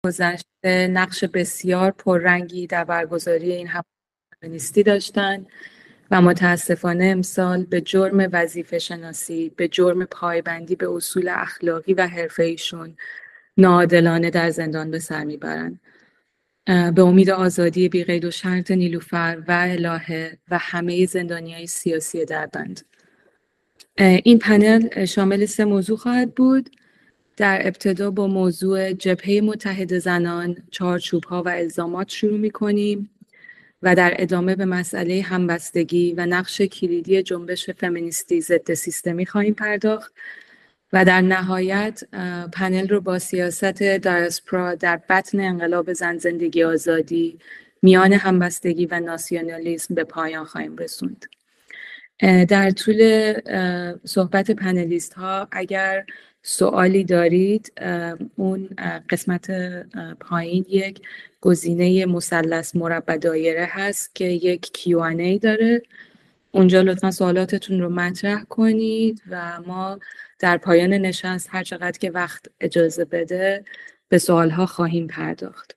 گذشته نقش بسیار پررنگی در برگزاری این هفته فمینیستی داشتند و متاسفانه امسال به جرم وظیفه شناسی، به جرم پایبندی به اصول اخلاقی و حرفه‌ایشون ناعادلانه در زندان به سر میبرند. به امید آزادی بی قید و شرط نیلوفر و الهه و همه زندانیای سیاسی دربند. این پنل شامل 3 موضوع خواهد بود. در ابتدا با موضوع جبهه متحد زنان، چارچوب‌ها و الزامات شروع می‌کنیم و در ادامه به مسئله همبستگی و نقش کلیدی جنبش فمینیستی ضد سیستمی خواهیم پرداخت و در نهایت پنل رو با سیاست دایاسپورا در بطن انقلاب زن زندگی آزادی میان همبستگی و ناسیونالیسم به پایان خواهیم رسوند. در طول صحبت پنلیست ها اگر سوالی دارید اون قسمت پایین یک گزینه مثلث مربع دایره هست که یک Q&A داره. اونجا لطفا سوالاتتون رو مطرح کنید و ما در پایان نشست هر چقدر که وقت اجازه بده به سوالها خواهیم پرداخت.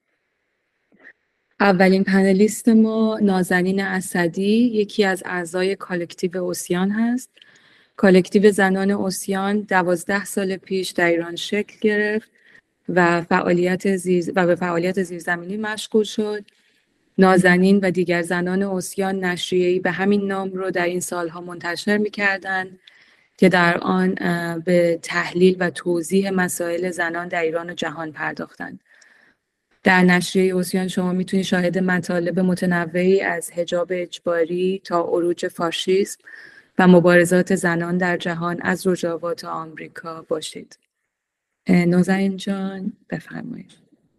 اولین پنلیست ما نازنین اسدی، یکی از اعضای کالکتیو اوسیان هست. کالکتیو زنان اوسیان 12 سال پیش در ایران شکل گرفت و به فعالیت زیرزمینی مشغول شد. نازنین و دیگر زنان اوسیان نشریه‌ای به همین نام رو در این سالها منتشر می‌کردند که در آن به تحلیل و توضیح مسائل زنان در ایران و جهان پرداختند. در نشریه اوسیان شما میتونید شاهد مطالب متنوعی از حجاب اجباری تا عروج فاشیسم و مبارزات زنان در جهان از روجاوا تا آمریکا باشید. نازنین جان بفرمایید.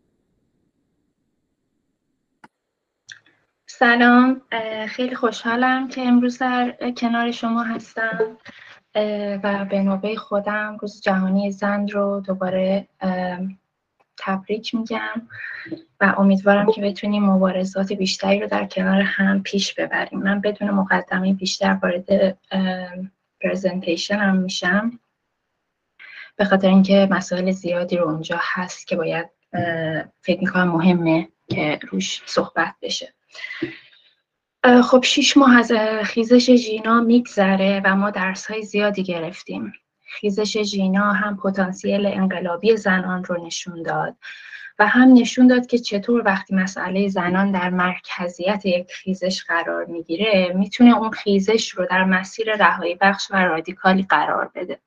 سلام، خیلی خوشحالم که امروز در کنار شما هستم و به نوبه خودم روز جهانی زن رو دوباره تبریک میگم و امیدوارم که بتونیم مبارزات بیشتری رو در کنار هم پیش ببریم. من بدون مقدمه بیشتر وارد پرزنتیشن هم میشم به خاطر اینکه مسائل زیادی رو اونجا هست که باید فکر میکنم مهمه که روش صحبت بشه. خب 6 ماه از خیزش ژینا میگذره و ما درس‌های زیادی گرفتیم. خیزش ژینا هم پتانسیل انقلابی زنان رو نشون داد و هم نشون داد که چطور وقتی مسئله زنان در مرکزیت یک خیزش قرار میگیره میتونه اون خیزش رو در مسیر رهایی بخش و رادیکالی قرار بده.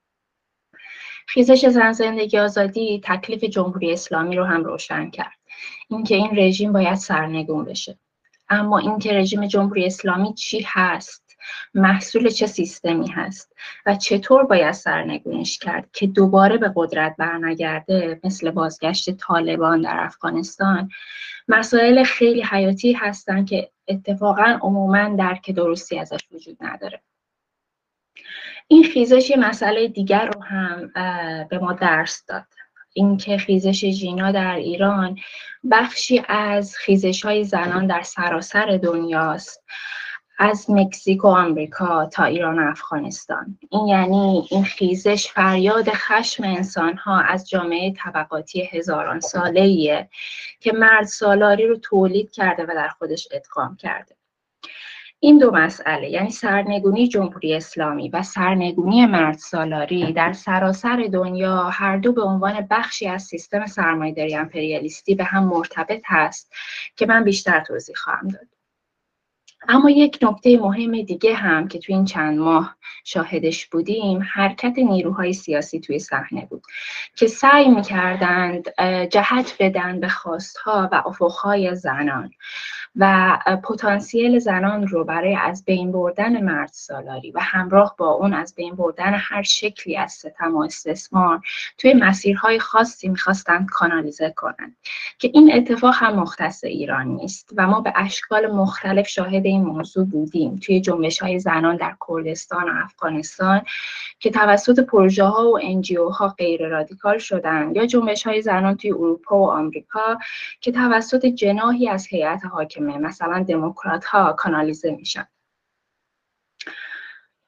خیزش زن زندگی آزادی تکلیف جمهوری اسلامی رو هم روشن کرد. اینکه این رژیم باید سرنگون بشه. اما اینکه رژیم جمهوری اسلامی چی هست، محصول چه سیستمی هست و چطور باید سرنگونش کرد که دوباره به قدرت برنگرده مثل بازگشت طالبان در افغانستان، مسائل خیلی حیاتی هستن که اتفاقا عموما درک درستی ازش وجود نداره. این خیزش یه مسئله دیگر رو هم به ما درس داد. اینکه خیزش ژینا در ایران بخشی از خیزش‌های زنان در سراسر دنیاست، از مکزیک و آمریکا تا ایران و افغانستان. این یعنی این خیزش فریاد خشم انسان‌ها از جامعه طبقاتی هزاران ساله‌ایه که مرد سالاری رو تولید کرده و در خودش ادغام کرده. این دو مسئله یعنی سرنگونی جمهوری اسلامی و سرنگونی مرد سالاری در سراسر دنیا هر دو به عنوان بخشی از سیستم سرمایه‌داری امپریالیستی به هم مرتبط هست که من بیشتر توضیح خواهم داد. اما یک نکته مهم دیگه هم که توی این چند ماه شاهدش بودیم حرکت نیروهای سیاسی توی صحنه بود که سعی می‌کردند جهت بدن به خواستها و افقهای زنان و پتانسیل زنان رو برای از بین بردن مرد سالاری و همراه با اون از بین بردن هر شکلی از ستم و استثمار توی مسیرهای خاصی می‌خواستند کانالیزه کنند که این اتفاق هم مختص ایران نیست و ما به اشکال مختلف شاهد این موضوع بودیم توی جنبش‌های زنان در کردستان و افغانستان که توسط پروژه‌ها و NGOها غیر رادیکال شدن یا جنبش‌های زنان توی اروپا و آمریکا که توسط جناحی از هیئت حاکمه مثلا دموکرات‌ها کانالیزه میشن.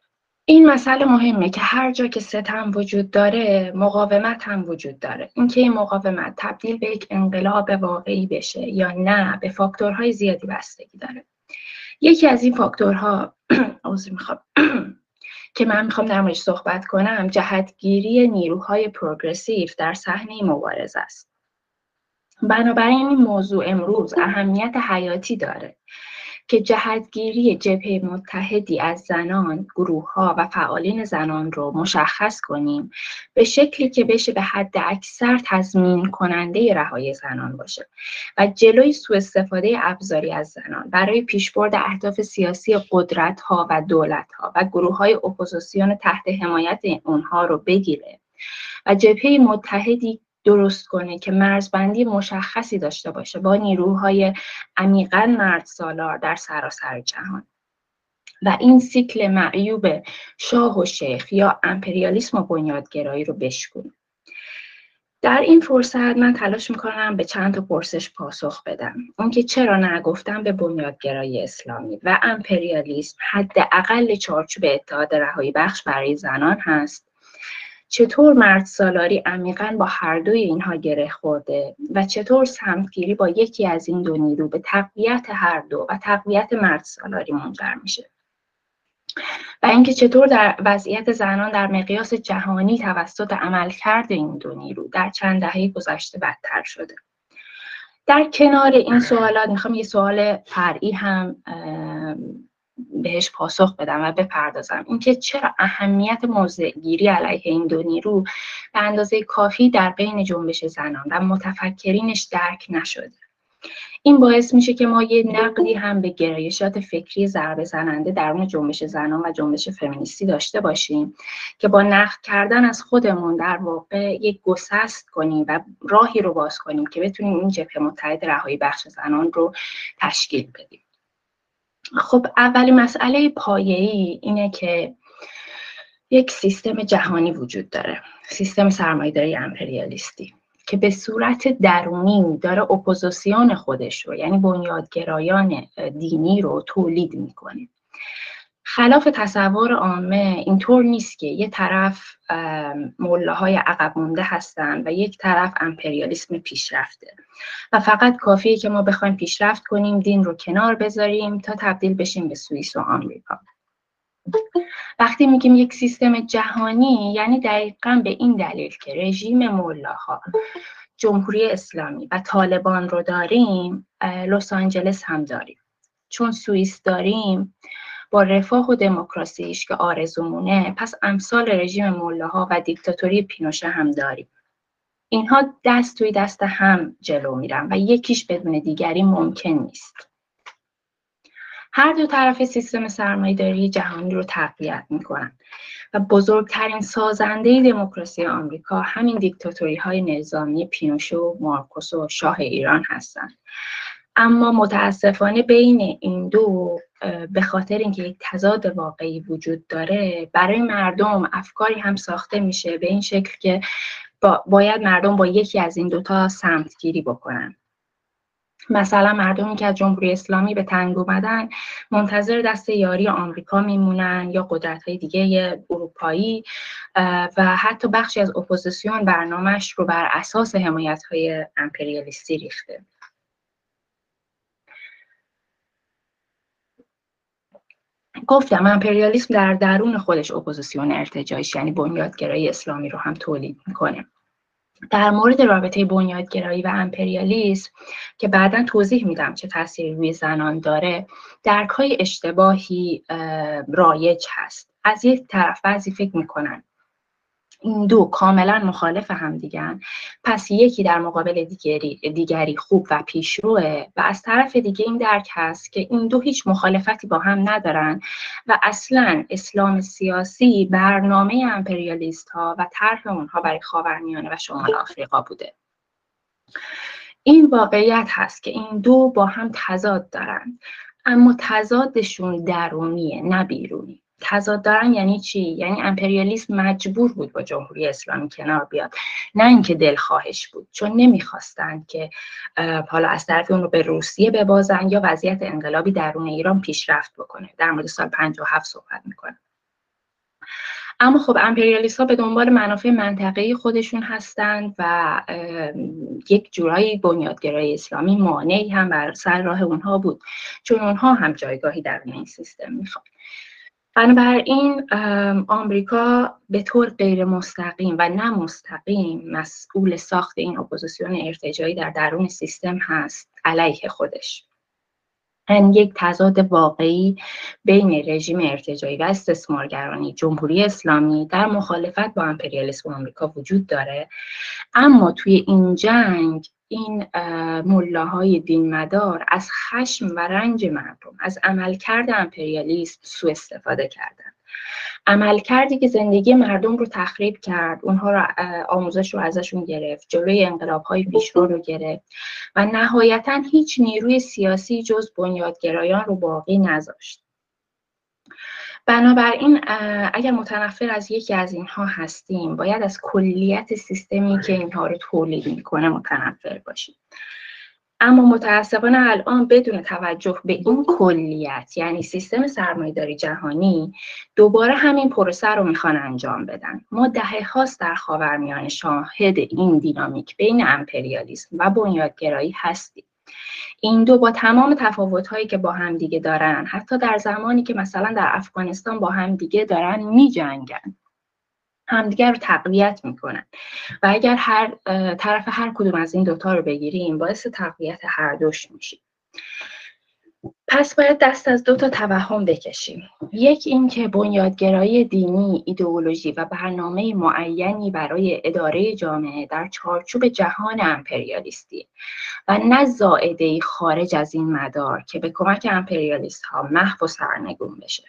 این مسئله مهمه که هر جا که ستم وجود داره مقاومت هم وجود داره. اینکه این مقاومت تبدیل به یک انقلاب واقعی بشه یا نه به فاکتورهای زیادی بستگی داره. یکی از این فاکتورها عذر میخوام که من میخوام در موردش صحبت کنم جهتگیری نیروهای پروگرسیو در صحنه مبارزه است. بنابراین این موضوع امروز اهمیت حیاتی داره که جهتگیری جبهه متحدی از زنان، گروه‌ها و فعالین زنان رو مشخص کنیم به شکلی که بشه به حد اکثر تضمین کننده رهایی زنان باشه و جلوی سوء استفاده ابزاری از زنان برای پیشبرد اهداف سیاسی قدرت‌ها و دولت‌ها و گروه‌های اپوزیسیون تحت حمایت اونها رو بگیره و جبهه متحدی درست کنه که مرزبندی مشخصی داشته باشه با نیروهای عمیقاً مردسالار در سراسر جهان و این سیکل معیوب شاه و شیخ یا امپریالیسم و بنیادگرایی رو بشکنه. در این فرصت من تلاش میکنم به چند تا پرسش پاسخ بدم. اون که چرا نگفتم به بنیادگرایی اسلامی و امپریالیسم حداقل چارچوب اتحاد رهایی بخش برای زنان هست، چطور مردسالاری عمیقاً با هر دوی اینها گره خورده و چطور سمتگیری با یکی از این دو نیرو به تقویت هر دو و تقویت مردسالاری منجر میشه و اینکه چطور در وضعیت زنان در مقیاس جهانی توسط عملکرد این دو نیرو در چند دهه گذشته بدتر شده. در کنار این سوالات میخوام یه سوال فرعی هم بهش پاسخ بدم و بپردازم، اینکه چرا اهمیت موضع‌گیری علیه این دو نیرو به اندازه کافی در بین جنبش زنان و متفکرینش درک نشده. این باعث میشه که ما یه نقدی هم به گرایشات فکری ضربه زننده درون جنبش زنان و جنبش فمینیستی داشته باشیم که با نقد کردن از خودمون در واقع یک گسست کنیم و راهی رو باز کنیم که بتونیم این جبهه متحد رهایی بخش زنان رو تشکیل بدیم. خب اولین مسئله پایه‌ای اینه که یک سیستم جهانی وجود داره، سیستم سرمایه‌داری امپریالیستی که به صورت درونی داره اپوزیسیون خودش رو، یعنی بنیادگرایان دینی رو تولید میکنه. خلاف تصور عامه اینطور نیست که یه طرف ملاهای عقب مونده هستن و یک طرف امپریالیسم پیشرفته و فقط کافیه که ما بخوایم پیشرفت کنیم دین رو کنار بذاریم تا تبدیل بشیم به سوئیس و آمریکا. وقتی میگیم یک سیستم جهانی یعنی دقیقاً به این دلیل که رژیم ملاها، جمهوری اسلامی و طالبان رو داریم، لس آنجلس هم داریم. چون سوئیس داریم با رفاه و دموکراسیش که آرزومونه، پس امثال رژیم ملاها و دیکتاتوری پینوشه هم داریم. اینها دست توی دست هم جلو میرن و یکیش بدون دیگری ممکن نیست. هر دو طرف سیستم سرمایه‌داری جهانی رو تقویت میکنن و بزرگترین سازنده دموکراسی آمریکا همین دیکتاتوری‌های نظامی پینوشه و مارکوس و شاه ایران هستن. اما متاسفانه بین این دو به خاطر اینکه یک تضاد واقعی وجود داره، برای مردم افکاری هم ساخته میشه به این شکل که باید مردم با یکی از این دوتا سمتگیری بکنن. مثلا مردمی که از جمهوری اسلامی به تنگ اومدن منتظر دست یاری آمریکا میمونن یا قدرت‌های دیگه اروپایی و حتی بخشی از اپوزیسیون برنامه‌اش رو بر اساس حمایت‌های امپریالیستی ریخته. گفتم امپریالیسم در درون خودش اپوزیسیون ارتجاعیش یعنی بنیادگرایی اسلامی رو هم تولید میکنه. در مورد رابطه بنیادگرایی و امپریالیسم که بعداً توضیح میدم چه تأثیری روی زنان داره، درک‌های اشتباهی رایج هست. از یک طرف بعضی فکر میکنن این دو کاملا مخالف هم دیگن، پس یکی در مقابل دیگری خوب و پیشروه، و از طرف دیگه این درک هست که این دو هیچ مخالفتی با هم ندارن و اصلا اسلام سیاسی برنامه امپریالیست ها و طرح اونها برای خاورمیانه و شمال آفریقا بوده. این واقعیت هست که این دو با هم تضاد دارن، اما تضادشون درونیه نه بیرونی. تضاد دارن یعنی چی؟ یعنی امپریالیسم مجبور بود با جمهوری اسلامی کنار بیاد، نه اینکه دلخواهش بود، چون نمیخواستن که حالا از طرف اون رو به روسیه ببازن یا وضعیت انقلابی درون ایران پیشرفت بکنه. در مورد سال 57 صحبت میکنه. اما خب امپریالیست ها به دنبال منافع منطقه‌ای خودشون هستند و یک جورایی بنیادگرای اسلامی مانعی هم بر سر راه اونها بود، چون اونها هم جایگاهی در این سیستم میخوان. بنابراین آمریکا به طور غیر مستقیم و نه مستقیم مسئول ساخت این اپوزیسیون ارتجاعی در درون سیستم هست علیه خودش. این یک تضاد واقعی بین رژیم ارتجاعی و استثمارگرانی جمهوری اسلامی در مخالفت با امپریالیسم آمریکا وجود داره، اما توی این جنگ این ملاهای دینمدار از خشم و رنج مردم از عملکرد امپریالیسم سوء استفاده کردن. عملکردی که زندگی مردم رو تخریب کرد، اونها رو آموزش رو ازشون گرفت، جلوی انقلاب‌های پیشرو رو گرفت و نهایتاً هیچ نیروی سیاسی جز بنیادگرایان رو باقی نذاشت. بنابراین اگر متنفر از یکی از اینها هستیم، باید از کلیت سیستمی که اینها رو تولید میکنه متنفر باشیم. اما متاسفانه الان بدون توجه به این کلیت، یعنی سیستم سرمایه‌داری جهانی، دوباره همین پروسه رو میخوان انجام بدن. ما دهه‌هاست در خاورمیانه شاهد این دینامیک بین امپریالیسم و بنیادگرایی هستیم. این دو با تمام تفاوت‌هایی که با هم دیگه دارن، حتی در زمانی که مثلا در افغانستان با هم دیگه دارن می‌جنگن، همدیگر رو تقویت میکنن و اگر طرف هر کدوم از این دوتا رو بگیریم باعث تقویت هر دوش میشیم. پس باید دست از 2 تا توهم بکشیم. یک این که بنیادگرایی دینی، ایدئولوژی و برنامه معینی برای اداره جامعه در چارچوب جهان امپریالیستی و نه زائده‌ای خارج از این مدار که به کمک امپریالیست ها محو و سرنگون بشه.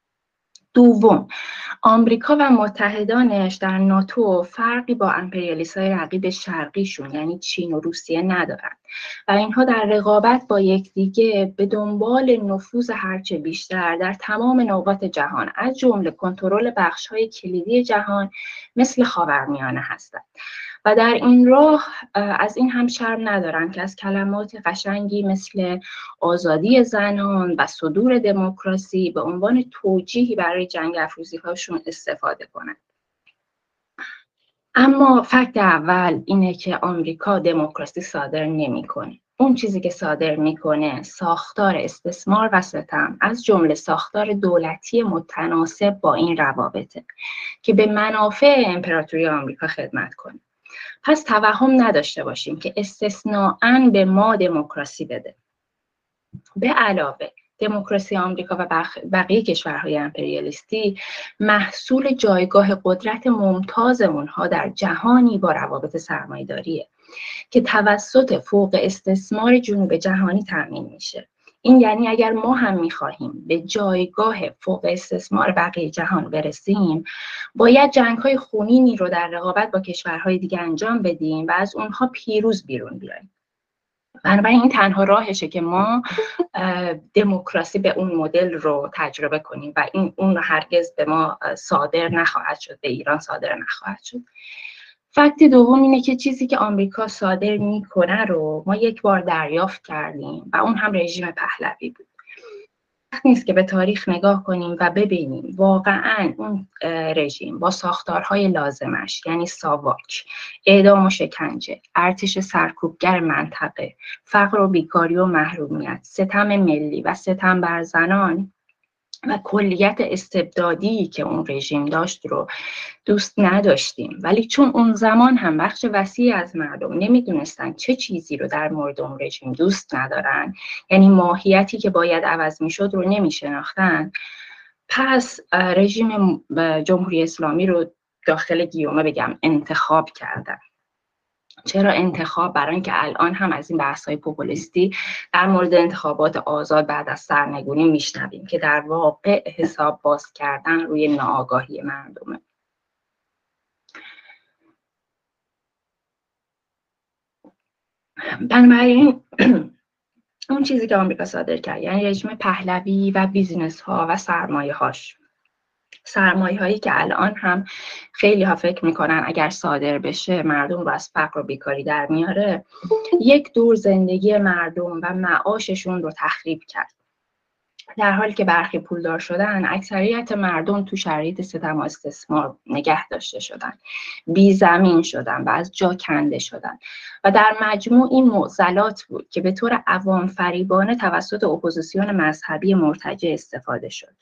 دوم، آمریکا و متحدانش در ناتو فرقی با امپریالیست‌های رقیب شرقیشون یعنی چین و روسیه ندارن و اینها در رقابت با یکدیگه به دنبال نفوذ هرچه بیشتر در تمام نقاط جهان از جمله کنترل بخش‌های کلیدی جهان مثل خاورمیانه هستند و در این راه از این هم شرم ندارن که از کلمات قشنگی مثل آزادی زنان و صدور دموکراسی به عنوان توجیهی برای جنگ افروزی هاشون استفاده کنند. اما فکت اول اینه که آمریکا دموکراسی صادر نمیکنه. اون چیزی که صادر میکنه ساختار استثمار و ستم، از جمله ساختار دولتی متناسب با این روابطه که به منافع امپراتوری آمریکا خدمت کنه. پس توهم نداشته باشیم که استثناءً به ما دموکراسی بده. به علاوه دموکراسی آمریکا و بقیه کشورهای امپریالیستی محصول جایگاه قدرت ممتاز اونها در جهانی با روابط سرمایه‌داریه که توسط فوق استثمار جنوب جهانی تامین میشه. این یعنی اگر ما هم میخواهیم به جایگاه فوق استثمار بقیه جهان برسیم، باید جنگ‌های خونینی رو در رقابت با کشورهای دیگه انجام بدیم و از اونها پیروز بیرون بیاییم. بنابراین این تنها راهشه که ما دموکراسی به اون مدل رو تجربه کنیم و اون هرگز به ما صادر نخواهد شد، به ایران صادر نخواهد شد. فکت دوم اینه که چیزی که آمریکا صادر میکنه رو ما یک بار دریافت کردیم و اون هم رژیم پهلوی بود. نیست که به تاریخ نگاه کنیم و ببینیم واقعاً اون رژیم با ساختارهای لازمش، یعنی ساواک، اعدام و شکنجه، ارتش سرکوبگر منطقه، فقر و بیکاری و محرومیت، ستم ملی و ستم بر زنان و کلیت استبدادی که اون رژیم داشت رو دوست نداشتیم. ولی چون اون زمان هم بخش وسیعی از مردم نمیدونستن چه چیزی رو در مورد اون رژیم دوست ندارن، یعنی ماهیتی که باید عوض میشد رو نمیشناختن، پس رژیم جمهوری اسلامی رو داخل گیومه بگم انتخاب کردن. چرا انتخاب؟ برای اینکه الان هم از این بحث‌های پوپولیستی در مورد انتخابات آزاد بعد از سرنگونی میشنویم که در واقع حساب باز کردن روی ناآگاهی مردمه. بنابراین اون چیزی که آمریکا صادر کرد، یعنی رژیم پهلوی و بیزینس ها و سرمایه هایی که الان هم خیلی ها فکر میکنن اگر صادر بشه مردم رو از فقر و بیکاری در میاره، یک دور زندگی مردم و معاششون رو تخریب کرد. در حالی که برخی پولدار شدن، اکثریت مردم تو شرایط ستم و استثمار نگه داشته شدن، بی زمین شدن و از جا کنده شدن و در مجموع این معضلات بود که به طور عوام فریبانه توسط اپوزیسیون مذهبی مرتجع استفاده شد.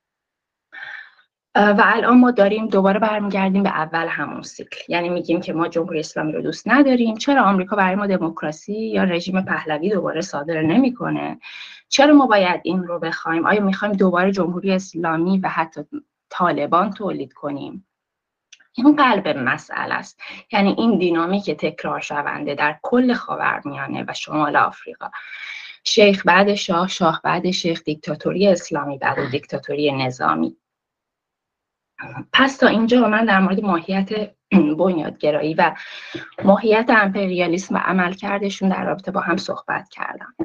و الان ما داریم دوباره برمیگردیم به اول همون سیکل، یعنی میگیم که ما جمهوری اسلامی رو دوست نداریم، چرا آمریکا برای ما دموکراسی یا رژیم پهلوی دوباره صادر نمیکنه، چرا ما باید این رو بخوایم، آیا میخوایم دوباره جمهوری اسلامی و حتی طالبان تولید کنیم؟ این قلب مسئله است، یعنی این دینامیک تکرار شونده در کل خاورمیانه و شمال آفریقا، شیخ بعد شاه، شاه بعد شیخ، دیکتاتوری اسلامی بعد دیکتاتوری نظامی. پس تا اینجا من در مورد ماهیت بنیادگرایی و ماهیت امپریالیسم و عملکردشون در رابطه با هم صحبت کردم.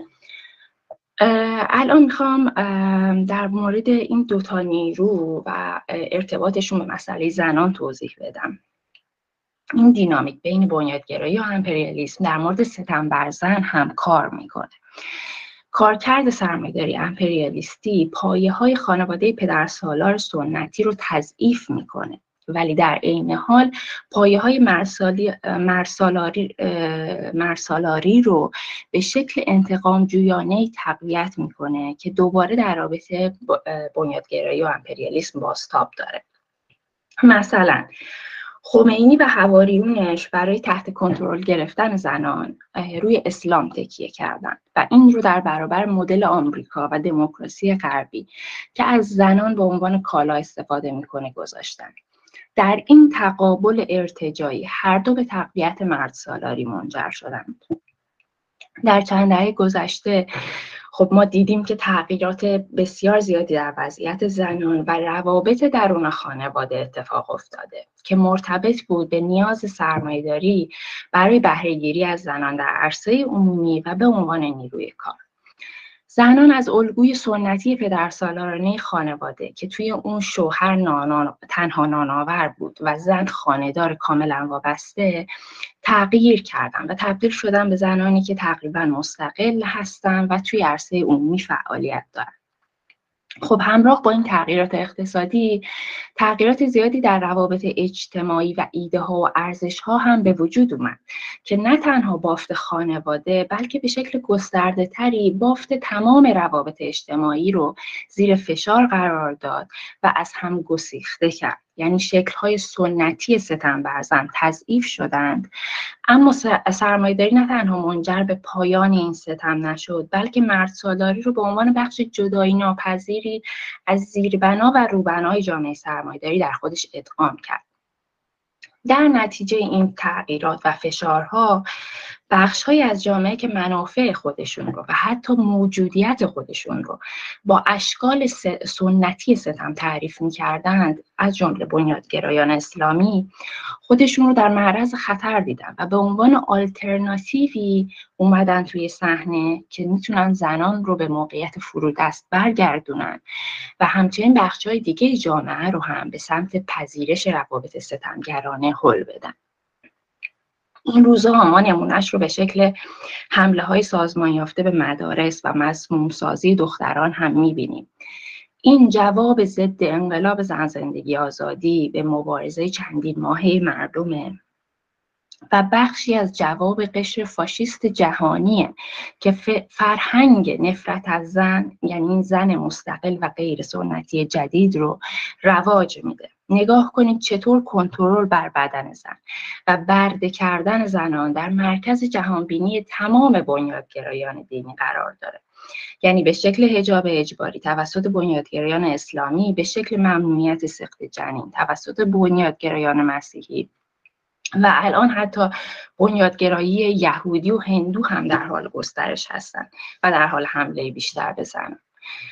الان میخوام در مورد این دوتا نیرو و ارتباطشون به مسئله زنان توضیح بدم. این دینامیک بین بنیادگرایی و امپریالیسم در مورد ستم بر زن هم کار میکنه. کارکرد سرمایه‌داری امپریالیستی پایه‌های خانواده پدرسالار سنتی رو تضعیف میکنه، ولی در عین حال پایه‌های مرسالاری رو به شکل انتقام جویانه‌ای تقویت میکنه که دوباره در رابطه بنیادگرایی و امپریالیسم بازتاب داره. مثلا خمینی و حواریونش برای تحت کنترل گرفتن زنان روی اسلام تکیه کردن و این رو در برابر مدل آمریکا و دموکراسی غربی که از زنان به عنوان کالا استفاده میکنه گذاشتن. در این تقابل ارتجاعی هر دو به تقویت مردسالاری منجر شدند. در چند دهه گذشته خب ما دیدیم که تغییرات بسیار زیادی در وضعیت زنان و روابط درون خانواده اتفاق افتاده که مرتبط بود به نیاز سرمایه‌داری برای بهره‌گیری از زنان در عرصه عمومی و به عنوان نیروی کار. زنان از الگوی سنتی پدرسالارانه خانواده که توی اون شوهر تنها نانآور بود و زن خانه‌دار کاملا وابسته تغییر کردن و تبدیل شدن به زنانی که تقریبا مستقل هستن و توی عرصه عمومی فعالیت دارن. خب همراه با این تغییرات اقتصادی تغییرات زیادی در روابط اجتماعی و ایده ها و ارزش ها هم به وجود اومد که نه تنها بافت خانواده بلکه به شکل گسترده تری بافت تمام روابط اجتماعی رو زیر فشار قرار داد و از هم گسیخته کرد. یعنی شکل‌های سنتی ستم بر زن تضعیف شدند، اما سرمایه‌داری نه تنها منجر به پایان این ستم نشد بلکه مردسالاری رو به عنوان بخش جدایی ناپذیری از زیربنا و روبنای جامعه سرمایه‌داری در خودش ادغام کرد. در نتیجه این تغییرات و فشارها بخش‌هایی از جامعه که منافع خودشون رو و حتی موجودیت خودشون رو با اشکال سنتی ستم تعریف می‌کردند، از جمله بنیادگرایان اسلامی، خودشون رو در معرض خطر دیدن و به عنوان آلترناتیوی اومدن توی صحنه که میتونن زنان رو به موقعیت فرودست برگردونن و همچنین بخش‌های دیگه جامعه رو هم به سمت پذیرش روابط ستمگرانه هل بدن. این روزها ما نمونه‌اش رو به شکل حمله‌های سازمان یافته به مدارس و مسموم سازی دختران هم می‌بینیم. این جواب ضد انقلاب زن زندگی آزادی به مبارزه چندین ماهه مردمه و بخشی از جواب قشر فاشیست جهانیه که فرهنگ نفرت از زن، یعنی این زن مستقل و غیر سنتی جدید رو رواج میده. نگاه کنید چطور کنترل بر بدن زن و برده کردن زنان در مرکز جهانبینی تمام بنیادگرایان دینی قرار داره. یعنی به شکل حجاب اجباری توسط بنیادگرایان اسلامی، به شکل ممنوعیت سقط جنین توسط بنیادگرایان مسیحی و الان حتی بنیادگرایی یهودی و هندو هم در حال گسترش هستند و در حال حمله بیشتر به زنان.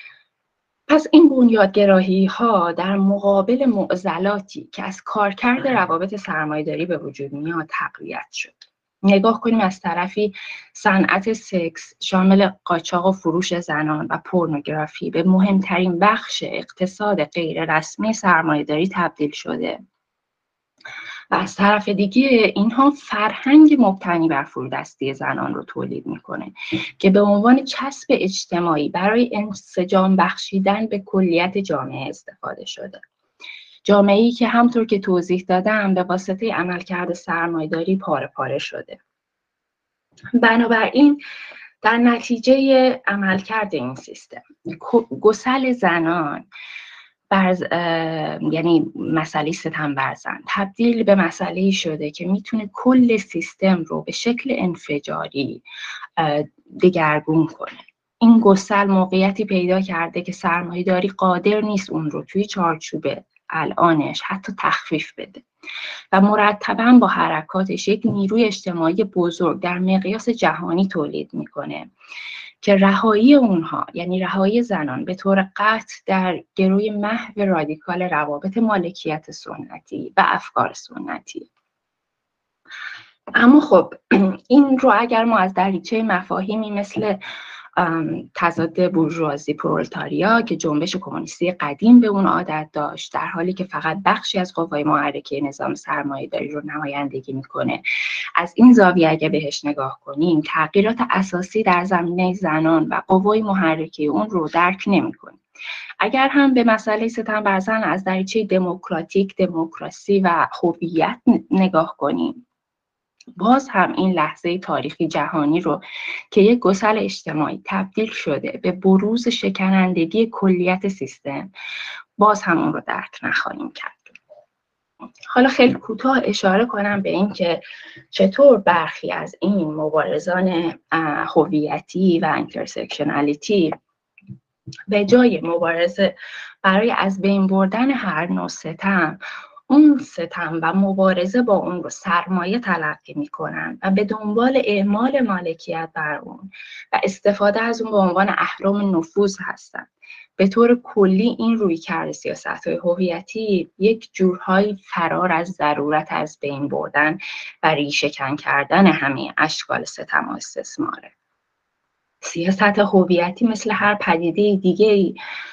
پس این بنیادگرایی ها در مقابل معضلاتی که از کارکرد روابط سرمایه‌داری به وجود میاد تقویت شد. نگاه کنیم از طرفی صنعت سکس شامل قاچاق و فروش زنان و پورنوگرافی به مهمترین بخش اقتصاد غیر رسمی سرمایه‌داری تبدیل شده و از طرف دیگه اینها فرهنگ مبتنی بر فرودستی زنان رو تولید میکنه که به عنوان چسب اجتماعی برای انسجام بخشیدن به کلیت جامعه استفاده شده. جامعه‌ای که همطور که توضیح دادم به واسطه عملکرد سرمایه‌داری پاره پاره شده. بنابراین در نتیجه عملکرد این سیستم گسل زنان یعنی مسئله ستم بر زن تبدیل به مسئله شده که میتونه کل سیستم رو به شکل انفجاری دگرگون کنه. این گسل موقعیتی پیدا کرده که سرمایه‌داری قادر نیست اون رو توی چارچوب الانش حتی تخفیف بده و مرتباً با حرکاتش یک نیروی اجتماعی بزرگ در مقیاس جهانی تولید میکنه که رهایی اونها، یعنی رهایی زنان، به طور قطع در گروی محو رادیکال روابط مالکیت سنتی و افکار سنتی. اما خب این رو اگر ما از دریچه مفاهیمی مثل تضاد بورژوازی پرولتاریا که جنبش کمونیستی قدیم به اون عادت داشت، در حالی که فقط بخشی از قوای محرکه نظام سرمایه‌داری رو نمایندگی میکنه، از این زاویه اگه بهش نگاه کنیم تغییرات اساسی در زمینه زنان و قوای محرکه اون رو درک نمیکنیم. اگر هم به مسئله ستم بر زن از دریچه دموکراسی و هویت نگاه کنیم، باز هم این لحظه تاریخی جهانی رو که یک گسل اجتماعی تبدیل شده به بروز شکنندگی کلیت سیستم، باز هم اون رو درک نخواهیم کرد. حالا خیلی کوتاه اشاره کنم به این که چطور برخی از این مبارزان هویتی و اینترسکشنالیتی به جای مبارزه برای از بین بردن هر نوع ستم، اون ستم و مبارزه با اون رو سرمایه تلقی میکنن و به دنبال اعمال مالکیت بر اون و استفاده از اون به عنوان اهرم نفوذ هستن. به طور کلی این رویکرد سیاست‌های هویتی یک جورهای فرار از ضرورت از بین بردن و ریشه‌کن کردن همه اشکال ستم و استثماره. سیاست هویتی مثل هر پدیده دیگه‌ای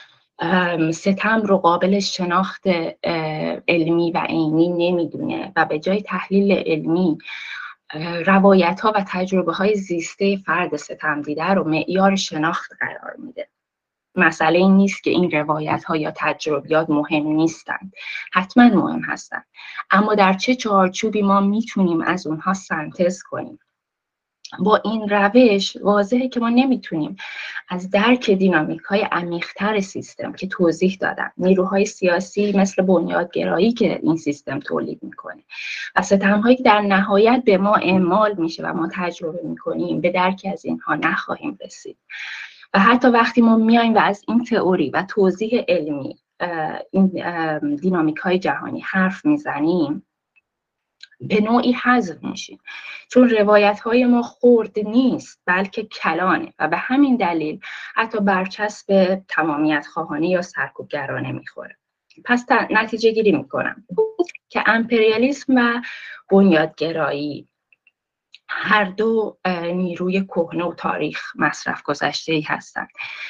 ستم رو قابل شناخت علمی و عینی نمیدونه و به جای تحلیل علمی روایت‌ها و تجربه‌های زیسته فرد ستم دیده رو معیار شناخت قرار میده. مسئله این نیست که این روایت‌ها یا تجربیات مهم نیستند، حتما مهم هستند، اما در چه چارچوبی ما میتونیم از اونها سنتز کنیم. با این روش واضحه که ما نمیتونیم از درک دینامیک‌های عمیق‌تر سیستم که توضیح دادم، نیروهای سیاسی مثل بنیادگرایی که این سیستم تولید میکنه و ستم‌هایی که در نهایت به ما اعمال میشه و ما تجربه میکنیم، به درکی از اینها نخواهیم رسید. و حتی وقتی ما میایم و از این تئوری و توضیح علمی این دینامیک‌های جهانی حرف میزنیم، به نوعی حذف میشیم، چون روایت‌های ما خرد نیست بلکه کلانه و به همین دلیل حتی برچسب تمامیت خواهانه یا سرکوبگرانه میخوره. پس نتیجه گیری میکنم که امپریالیسم و بنیادگرایی هر دو نیروی کهنه و تاریخ مصرف گذشته‌ای هستند.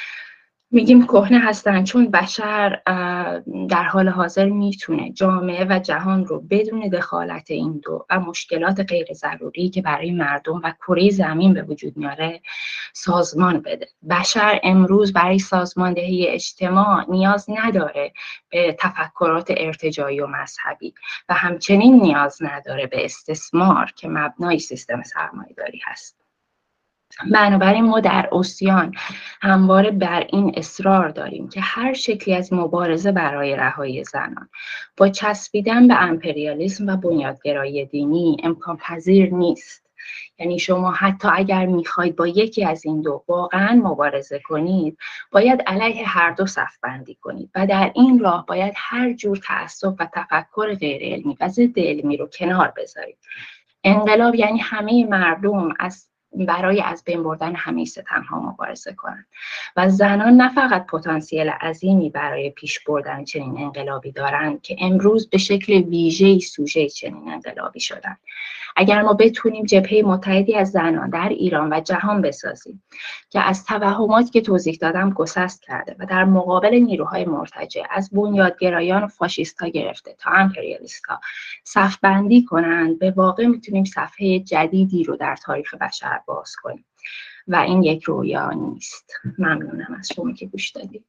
میگیم کهنه هستن چون بشر در حال حاضر میتونه جامعه و جهان رو بدون دخالت این دو و مشکلات غیر ضروری که برای مردم و کره زمین به وجود میاره سازمان بده. بشر امروز برای سازماندهی اجتماع نیاز نداره به تفکرات ارتجاعی و مذهبی و همچنین نیاز نداره به استثمار که مبنای سیستم سرمایه‌داری هست. بنابراین ما در اوسیان همواره بر این اصرار داریم که هر شکلی از مبارزه برای رهایی زنان با چسبیدن به امپریالیسم و بنیادگرایی دینی امکان پذیر نیست. یعنی شما حتی اگر میخواید با یکی از این دو واقعا مبارزه کنید، باید علیه هر دو صف بندی کنید و در این راه باید هر جور تعصب و تفکر غیر علمی و ضد علمی رو کنار بذارید. انقلاب یعنی همه مردم از برای از بین بردن همه ستم‌ها مبارزه کنند و زنان نه فقط پتانسیل عظیمی برای پیش بردن چنین انقلابی دارند که امروز به شکل ویژه‌ای سوژه چنین انقلابی شدند. اگر ما بتونیم جبهه متحدی از زنان در ایران و جهان بسازیم که از توهماتی که توضیح دادم گسست کرده و در مقابل نیروهای مرتجع از بنیادگرایان و فاشیست‌ها گرفته تا امپریالیست‌ها صف بندی کنند، به واقع میتونیم صفحه جدیدی رو در تاریخ بشر باز کنیم و این یک رویا نیست. ممنونم از شما که گوش دادید.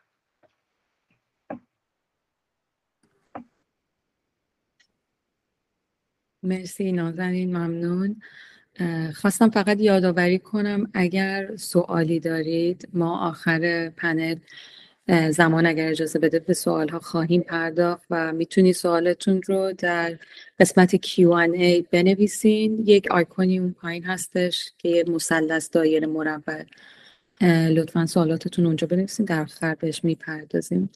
مرسی نازنین، ممنون. خواستم فقط یادآوری کنم اگر سوالی دارید ما آخر پنل زمان اگر اجازه بده به سوالها خواهیم پرداخت و میتونید سوالتون رو در قسمت Q&A بنویسین. یک آیکونی اون پایین هستش که یه مثلث دایره مربع، لطفا سوالاتتون اونجا بنویسین، در آخر بهش میپردازیم.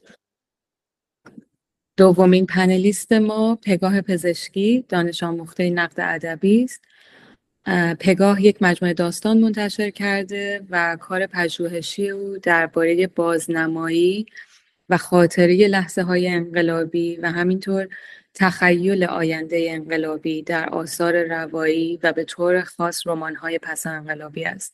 دومین پنلیست ما پگاه پزشکی، دانش آموخته نقد ادبی است. پگاه یک مجموعه داستان منتشر کرده و کار پژوهشی او درباره بازنمایی و خاطره لحظه‌های انقلابی و همینطور تخیل آینده انقلابی در آثار روایی و به طور خاص رمان‌های پس انقلابی است.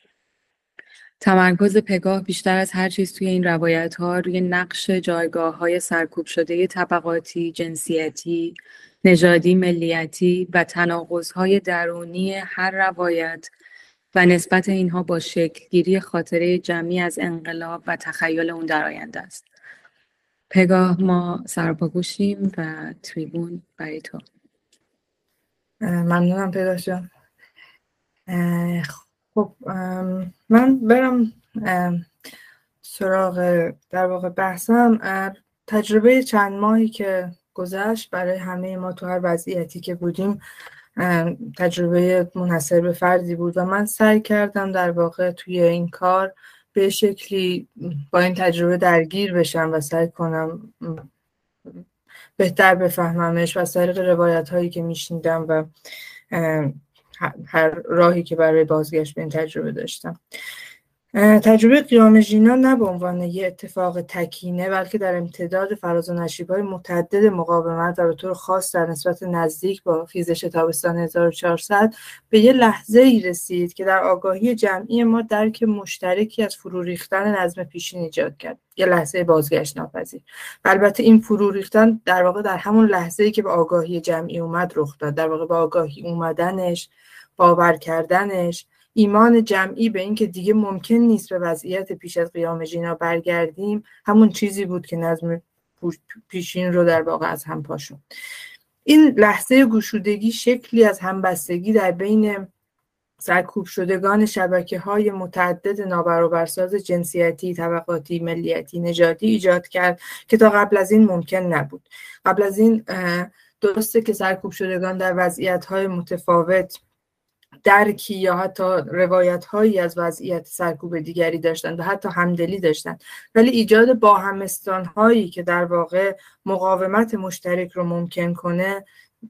تمرکز پگاه بیشتر از هر چیز توی این روایت‌ها روی نقش جایگاه‌های سرکوب شده طبقاتی، جنسیتی، نژادی، ملیتی و تناقض‌های درونی هر روایت و نسبت اینها با شکل‌گیری خاطره جمعی از انقلاب و تخیل اون در آینده است. پگاه، ما سرپاگوشیم و تریبون برای تو. ممنونم پگاه جان. خب من برم سراغ در واقع بحثم. تجربه چند ماهی که گذشت برای همه ما تو هر وضعیتی که بودیم تجربه منحصر به فردی بود و من سعی کردم در واقع توی این کار به شکلی با این تجربه درگیر بشم و سعی کنم بهتر بفهممش و از طریق روایت هایی که میشنیدم و هر راهی که برای بازگشت به این تجربه داشتم. تجربه قیام ژینا نه به عنوان یه اتفاق تکینه بلکه در امتداد فراز و نشیب‌های متعدد مقاومت و به طور خاص در نسبت نزدیک با خیزش تابستان 1400 به یه لحظه‌ای رسید که در آگاهی جمعی ما درک مشترکی از فرو ریختن نظم پیشین ایجاد کرد. یه لحظه بازگشت ناپذیر. البته این فرو ریختن در واقع در همون لحظه‌ای که به آگاهی جمعی اومد رخ داد. در واقع به آگاهی اومدنش، باور کردنش، ایمان جمعی به این که دیگه ممکن نیست به وضعیت پیش از قیام ژینا برگردیم، همون چیزی بود که نظم پیشین رو در واقع از هم پاشوند. این لحظه گشودگی شکلی از همبستگی در بین سرکوب شدگان شبکه‌های متعدد نابرابرساز جنسیتی، طبقاتی، ملیتی، نژادی ایجاد کرد که تا قبل از این ممکن نبود. قبل از این درسته که سرکوب شدگان در وضعیت‌های متفاوت درکی یا حتی روایت‌هایی از وضعیت سرکوب دیگری داشتند و حتی همدلی داشتند، ولی ایجاد باهمستان‌هایی که در واقع مقاومت مشترک رو ممکن کنه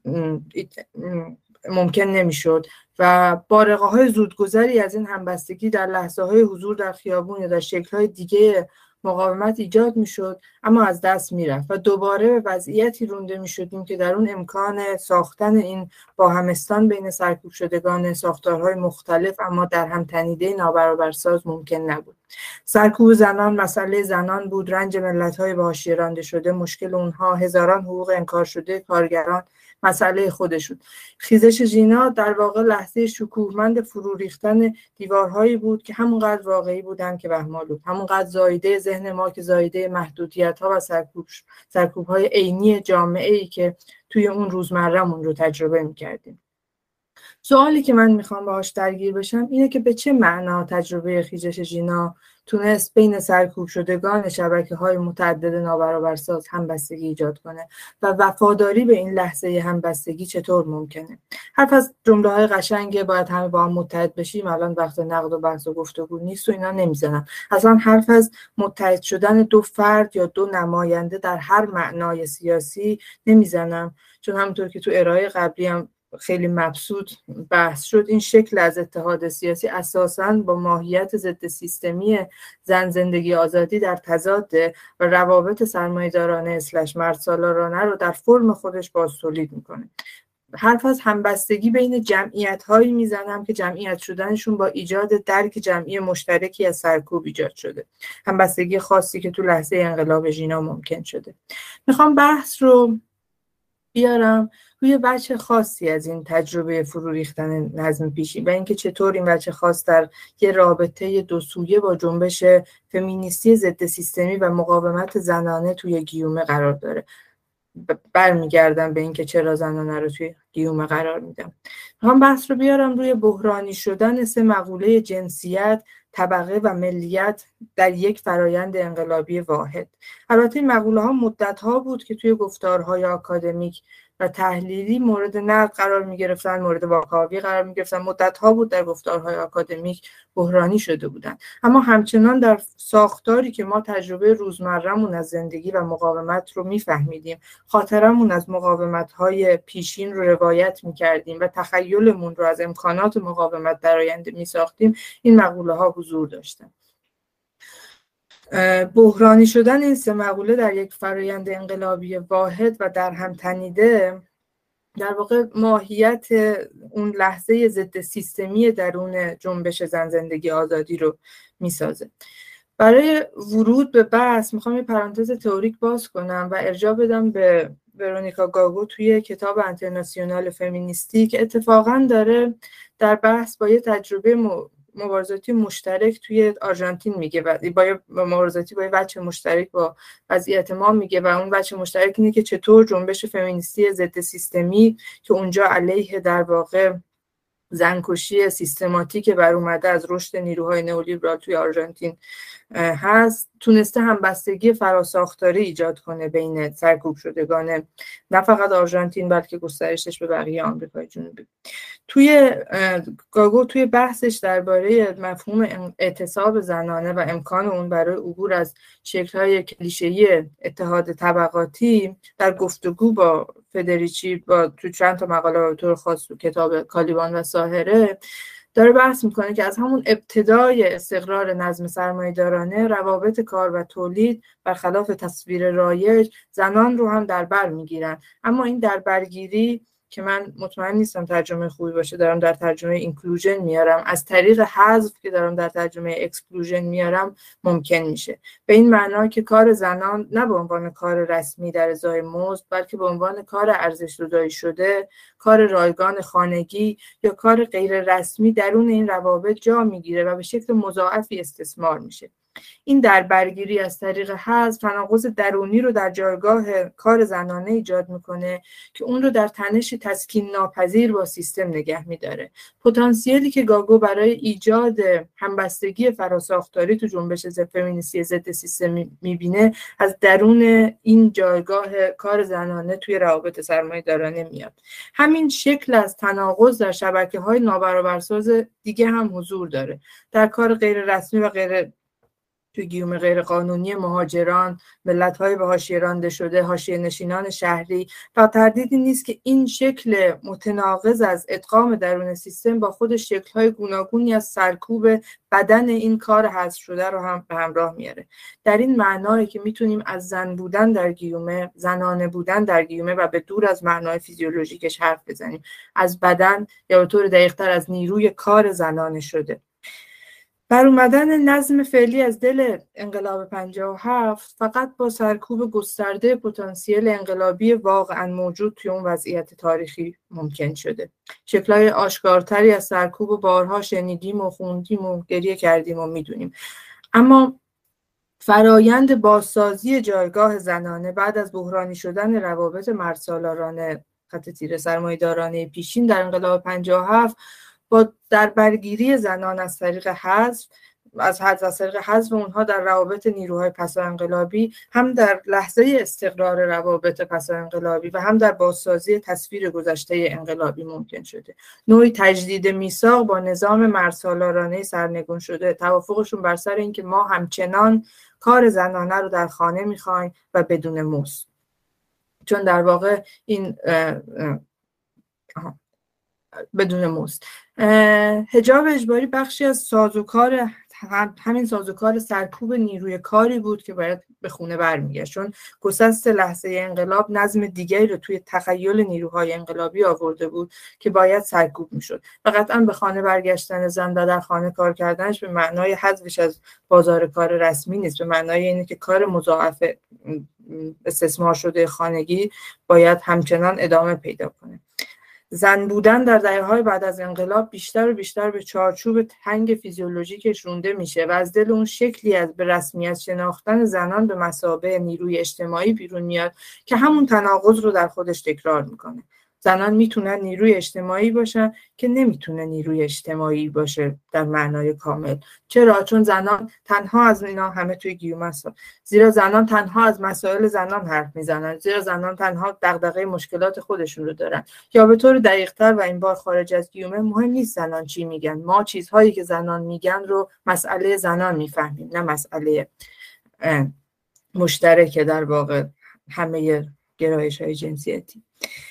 ممکن نمی‌شد و بارقه‌های زودگذری از این همبستگی در لحظه‌های حضور در خیابون یا در شکل‌های دیگه مقاومت ایجاد میشد، اما از دست میرفت و دوباره به وضعیتی رونده میشدیم که در اون امکان ساختن این باهمستان بین سرکوب شدگان ساختارهای مختلف اما در هم تنیده نابرابرساز ممکن نبود. سرکوب زنان مسئله زنان بود، رنج ملت‌های به حاشیه رانده شده مشکل اونها، هزاران حقوق انکار شده کارگران مسئله خودشون. خیزش ژینا در واقع لحظه شکوهمند فرو ریختن دیوارهایی بود که همونقدر واقعی بودن که وهم‌آلود، همونقدر زایده ذهن ما که زایده محدودیت‌ها و سرکوب‌های عینی جامعه‌ای که توی اون روزمره‌مون رو تجربه می‌کردیم. سوالی که من میخوام باهاش درگیر بشم اینه که به چه معنا تجربه خیزش ژینا تونست بین سرکوب شدگان شبکه‌های متعدد نابرابرساز همبستگی ایجاد کنه و وفاداری به این لحظه همبستگی چطور ممکنه؟ حرف از جمله‌های قشنگه باید همه با هم متحد بشیم، الان وقت نقد و بحث و گفتگو نیست و اینا نمیزنم. اصلا حرف از متحد شدن دو فرد یا دو نماینده در هر معنای سیاسی نمیزنم، چون همونطور که تو ارائه قبلی هم خیلی مبسوط بحث شد، این شکل از اتحاد سیاسی اساساً با ماهیت ضد سیستمی زن زندگی آزادی در تضاده و روابط سرمایه‌دارانه / مردسالارانه رو در فرم خودش باز تولید میکنه. حرف از همبستگی بین جمعیت‌هایی میزنم که جمعیت شدنشون با ایجاد درک جمعی مشترکی از سرکوب ایجاد شده، همبستگی خاصی که تو لحظه انقلاب ژینا ممکن شده. میخوام بحث رو بیارم روی بچه خاصی از این تجربه فرو ریختن نظم پیشین و اینکه چطور این بچه خاص در یه رابطه دو سویه با جنبش فمینیستی ضد سیستمی و مقاومت زنانه توی گیومه قرار داره. برمیگردم به اینکه چرا زنانه رو توی گیومه قرار میدم. میخوام بحث رو بیارم روی بحرانی شدن 3 مقوله جنسیت، طبقه و ملیت در یک فرایند انقلابی واحد. البته این مقوله ها مدت ها بود که توی گفتارهای آکادمیک و تحلیلی مورد نقد قرار می گرفتن، مورد واکاوی قرار می گرفتن، مدت ها بود در گفتارهای آکادمیک بحرانی شده بودن، اما همچنان در ساختاری که ما تجربه روزمره‌مون از زندگی و مقاومت رو میفهمیدیم، خاطرمون از مقاومت های پیشین رو روایت می کردیم و تخیلمون رو از امکانات مقاومت در آینده می ساختیم، این مقوله ها حضور داشتن. بحرانی شدن این 3 مقوله در یک فرایند انقلابی واحد و در هم تنیده در واقع ماهیت اون لحظه ضد سیستمی درون جنبش زن زندگی آزادی رو میسازه. برای ورود به بحث میخوام یه پرانتز تئوریک باز کنم و ارجاع بدم به ورونیکا گاگو توی کتاب انترناسیونال فمینیستی که اتفاقاً داره در بحث با یه تجربه مبارزاتی مشترک توی آرژانتین میگه و با مبارزاتی با بچه مشترک با وضعیت ما میگه و اون بچه مشترک اینه که چطور جنبش فمینیستی ضد سیستمی که اونجا علیه در واقع زنکشی سیستماتیک بر اومده از رشد نیروهای نئولیبرال توی آرژانتین هست، تونسته همبستگی فراساختاری ایجاد کنه بین سرکوب شدگان نه فقط آرژانتین بلکه گسترشش به بقیه آمریکای جنوبی. توی گاگو توی بحثش درباره مفهوم اعتصاب زنانه و امکان اون برای عبور از شکل‌های کلیشه‌ای اتحاد طبقاتی در گفتگو با فدریچی با تو چند تا مقاله به طور خاص تو کتاب کالیبان و ساحره داره بحث میکنه که از همون ابتدای استقرار نظم سرمایه‌دارانه روابط کار و تولید برخلاف تصویر رایج زنان رو هم در بر میگیرن، اما این در برگیری که من مطمئن نیستم ترجمه خوبی باشه، دارم در ترجمه اینکلوژن میارم، از طریق حذف که دارم در ترجمه اکسکلوژن میارم ممکن میشه. به این معنا که کار زنان نه به عنوان کار رسمی در ازای مزد بلکه به عنوان کار ارزش زدایی شده، کار رایگان خانگی یا کار غیر رسمی درون این روابط جا میگیره و به شکل مضاعفی استثمار میشه. این در برگیری از طریق حذف تناقض درونی رو در جایگاه کار زنانه ایجاد میکنه که اون رو در تنش تسکین ناپذیر با سیستم نگه میداره. پتانسیلی که گاگو برای ایجاد همبستگی فراساختاری تو جنبش فمینیستی ضد سیستم میبینه از درون این جایگاه کار زنانه توی روابط سرمایه‌دارانه میاد. همین شکل از تناقض در شبکه‌های نابرابرساز دیگه هم حضور داره. در کار غیر رسمی و غیر توی گیوم غیر قانونی مهاجران، ملت‌های به حاشیه رانده شده، حاشیه نشینان شهری، و تردیدی نیست که این شکل متناقض از ادغام درون سیستم با خود شکل‌های گوناگونی از سرکوب بدن این کار حذف شده رو هم به همراه میاره. در این معنایی که میتونیم از زن بودن در گیومه، زنانه بودن در گیومه و به دور از معنای فیزیولوژیکش حرف بزنیم، از بدن یا به طور دقیق‌تر از نیروی کار زنانه شده. بر اومدن نظم فعلی از دل انقلاب 57 فقط با سرکوب گسترده پتانسیل انقلابی واقعا موجود توی اون وضعیت تاریخی ممکن شده. شکل‌های آشکارتری از سرکوب و بارها شنیدیم و خوندیم و گریه کردیم و میدونیم، اما فرایند بازسازی جایگاه زنانه بعد از بحرانی شدن روابط مردسالارانه خط تیره سرمایه‌دارانه پیشین در انقلاب 57 با در برگیری زنان از طریق حذف اونها در روابط نیروهای پسا انقلابی، هم در لحظه استقرار روابط پسا انقلابی و هم در بازسازی تصویر گذشته انقلابی ممکن شده. نوعی تجدید میثاق با نظام مردسالارانه سرنگون شده، توافقشون بر سر این که ما همچنان کار زنانه رو در خانه میخوایم و بدون مزد. چون در واقع این بدون مزد. حجاب اجباری بخشی از سازوکار همین سازوکار سرکوب نیروی کاری بود که باید به خونه برمیگشت، چون گسست لحظه انقلاب نظم دیگری رو توی تخیل نیروهای انقلابی آورده بود که باید سرکوب میشد و قطعا به خانه برگشتن زن و در خانه کار کردنش به معنای حذفش از بازار کار رسمی نیست، به معنای اینه که کار مضاعف استثمار شده خانگی باید همچنان ادامه پیدا کنه. زن بودن در دهه‌های بعد از انقلاب بیشتر و بیشتر به چارچوب تنگ فیزیولوژیکش رونده میشه و از دل اون شکلی از به رسمیت شناختن زنان به مثابه نیروی اجتماعی بیرون میاد که همون تناقض رو در خودش تکرار میکنه. زنان میتونن نیروی اجتماعی باشن که نمیتونه نیروی اجتماعی باشه در معنای کامل. چرا؟ چون زنان تنها از اینا همه توی گیوم هستن، زیرا زنان تنها از مسائل زنان حرف میزنن، زیرا زنان تنها دغدغه مشکلات خودشون رو دارن. یا به طور دقیق‌تر و این بار خارج از گیومه، مهم نیست زنان چی میگن، ما چیزهایی که زنان میگن رو مسئله زنان میفهمیم، نه مسئله مشترک در واقع همه گرایش‌های جنسیتی.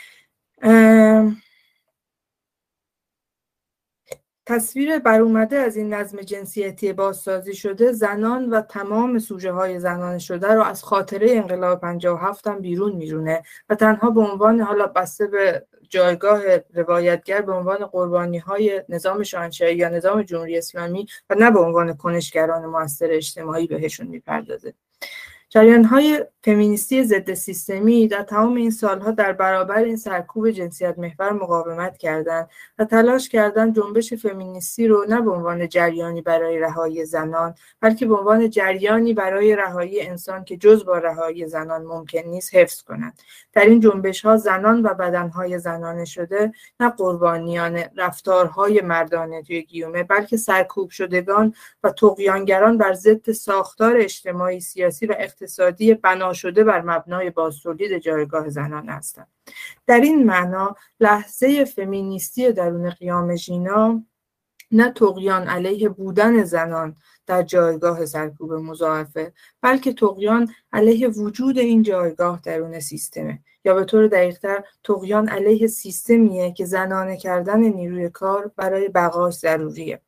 تصویر برومده از این نظم جنسیتی بازسازی شده زنان و تمام سوژه های زنانه شده رو از خاطره انقلاب 57 هم بیرون میرونه و تنها به عنوان، حالا بسته به جایگاه روایتگر، به عنوان قربانی های نظام شاهنشاهی یا نظام جمهوری اسلامی و نه به عنوان کنشگران مؤثر اجتماعی بهشون میپردازه. جریان‌های فمینیستی ضد سیستمی در تمام این سالها در برابر این سرکوب جنسیت محور مقاومت کردند و تلاش کردند جنبش فمینیستی رو نه به عنوان جریانی برای رهایی زنان، بلکه به عنوان جریانی برای رهایی انسان که جز با رهایی زنان ممکن نیست حفظ کنند. در این جنبش‌ها زنان و بدن‌های زنانه شده نه قربانیان رفتارهای مردانه توی گیومه، بلکه سرکوب شدگان و طغیانگران بر ضد ساختار اجتماعی، سیاسی و اقتصادی بنا شده بر مبنای بازتولید جایگاه زنان هستند. در این معنا لحظه فمینیستی درون قیام ژینا نه طغیان علیه بودن زنان در جایگاه سرکوب مضاعفه، بلکه طغیان علیه وجود این جایگاه درون سیستمه، یا به طور دقیق‌تر طغیان علیه سیستمیه که زنانه کردن نیروی کار برای بقاش ضروریه.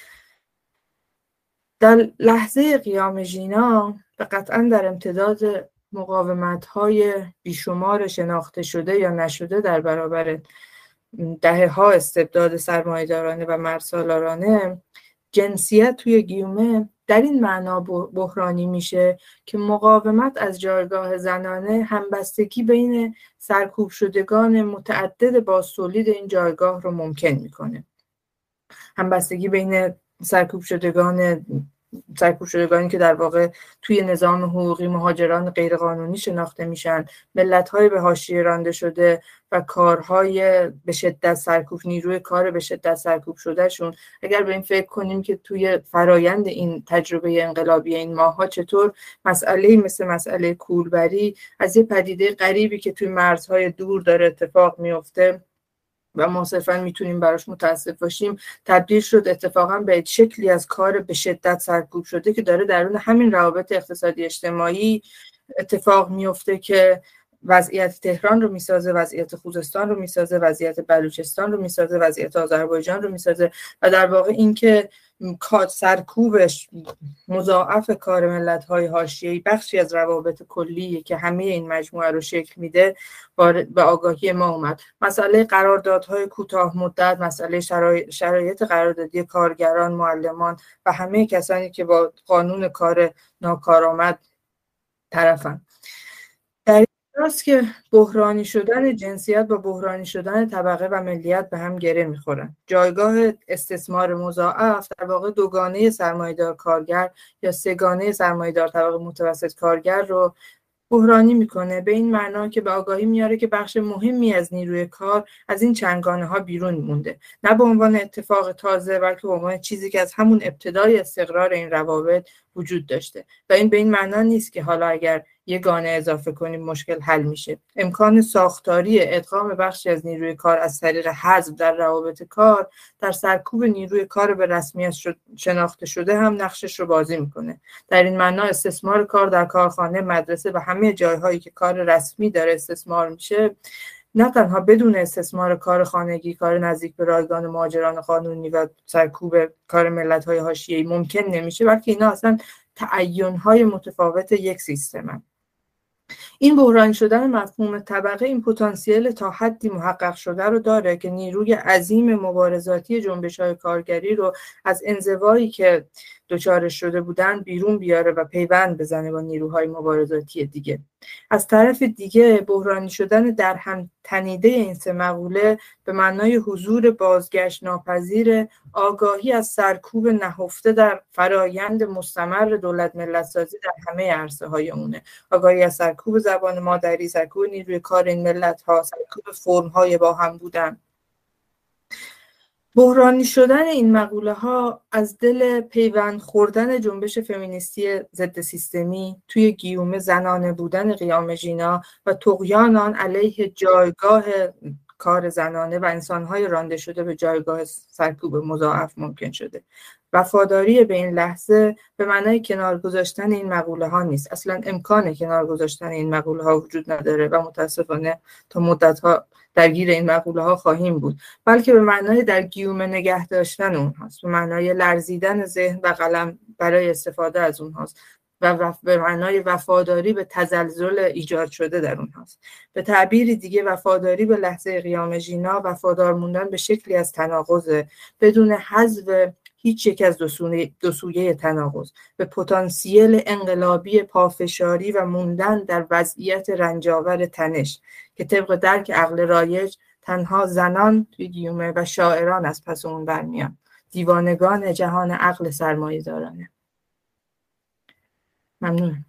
در لحظه قیام ژینا و قطعاً در امتداد مقاومت‌های بیشمار شناخته شده یا نشده در برابر دهه‌ها استبداد سرمایه‌دارانه و مردسالارانه، جنسیت توی گیومه در این معنا بحرانی میشه که مقاومت از جایگاه زنانه همبستگی بین سرکوب شدگان متعدد بازتولید این جایگاه رو ممکن میکنه. همبستگی بین سرکوب شدگانی که در واقع توی نظام حقوقی مهاجران غیرقانونی شناخته میشن، ملت‌های به حاشیه رانده شده و کارهای به شدت سرکوب، نیروی کار به شدت سرکوب شدهشون. اگر به این فکر کنیم که توی فرایند این تجربه انقلابی این ماه‌ها چطور مسئله‌ای مثل مسئله کولبری از یه پدیده غریبی که توی مرزهای دور داره اتفاق میفته و ما صرفاً میتونیم براش متاسف باشیم، تبدیل شد اتفاقاً به شکلی از کار به شدت سرکوب شده که داره درون همین روابط اقتصادی اجتماعی اتفاق میفته که وضعیت تهران رو میسازه، وضعیت خوزستان رو میسازه، وضعیت بلوچستان رو میسازه، وضعیت آذربایجان رو میسازه و در واقع این که سرکوبش مضاعف کار ملت‌های حاشیه‌ای بخشی از روابط کلیه که همه این مجموعه رو شکل میده به آگاهی ما اومد. مسئله قراردادهای کوتاه مدت، مسئله شرایط قراردادی کارگران، معلمان و همه کسانی که با قانون کار ناکارآمد طرفن. در راست که بحرانی شدن جنسیت با بحرانی شدن طبقه و ملیت به هم گره میخورن. جایگاه استثمار مضاعف در واقع دوگانه سرمایه‌دار کارگر یا سه‌گانه سرمایه‌دار طبقه متوسط کارگر رو بحرانی میکنه، به این معنا که به آگاهی میاره که بخش مهمی از نیروی کار از این چنگانه ها بیرون مونده، نه به عنوان اتفاق تازه بلکه به عنوان چیزی که از همون ابتدای استقرار این روابط وجود داشته. و این به این معنا نیست که حالا اگر یه گانه اضافه کنیم مشکل حل میشه. امکان ساختاری ادغام بخشی از نیروی کار از طریق حذف در روابط کار در سرکوب نیروی کار به رسمیت شناخته شده هم نقشش رو بازی میکنه. در این معنا استثمار کار در کارخانه، مدرسه و همه جایهایی که کار رسمی داره استثمار میشه نه تنها بدون استثمار کار خانگی، کار نزدیک به رایگان مهاجران قانونی و سرکوب کار ملت‌های حاشیه‌ای ممکن نمیشه، بلکه اینا اصلا تعین‌های متفاوت یک سیستمن. این بحرانی شدن مفهوم طبقه این پتانسیل تا حدی محقق شده رو داره که نیروی عظیم مبارزاتی جنبش‌های کارگری رو از انزوایی که دچارش شده بودن بیرون بیاره و پیوند بزنه با نیروهای مبارزاتی دیگه. از طرف دیگه بحرانی شدن در هم تنیده این سه مقوله به معنای حضور بازگشت ناپذیر آگاهی از سرکوب نهفته در فرایند مستمر دولت ملت سازی در همه عرصه‌های اونه. آگاهی از سرکوب زبان مادری، سرکوب نیروی کار این ملت‌ها، سرکوب فرم‌های با هم بودن. بحرانی شدن این مقوله ها از دل پیوند خوردن جنبش فمینیستی ضد سیستمی توی گیومه زنانه بودن قیام ژینا و طغیان آن علیه جایگاه کار زنانه و انسانهای رانده شده به جایگاه سرکوب مضاعف ممکن شده. وفاداری به این لحظه به معنای کنار گذاشتن این مقوله ها نیست. اصلا امکان کنار گذاشتن این مقوله ها وجود نداره و متاسفانه تا مدت ها درگیر این مقوله ها خواهیم بود، بلکه به معنای در گیومه نگه داشتن اونهاست، به معنای لرزیدن ذهن و قلم برای استفاده از اونهاست و به معنای وفاداری به تزلزل ایجاد شده در اونهاست. به تعبیری دیگه وفاداری به لحظه قیام ژینا وفادار موندن به شکلی از تناقض بدون حذف هیچ یک از دو سویه تناقض، به پتانسیل انقلابی پافشاری و موندن در وضعیت رنجاور تنش که طبق درک عقل رایج تنها زنان توی گیومه و شاعران از پس اون برمیان، دیوانگان جهان عقل سرمایه دارانه. ممنون.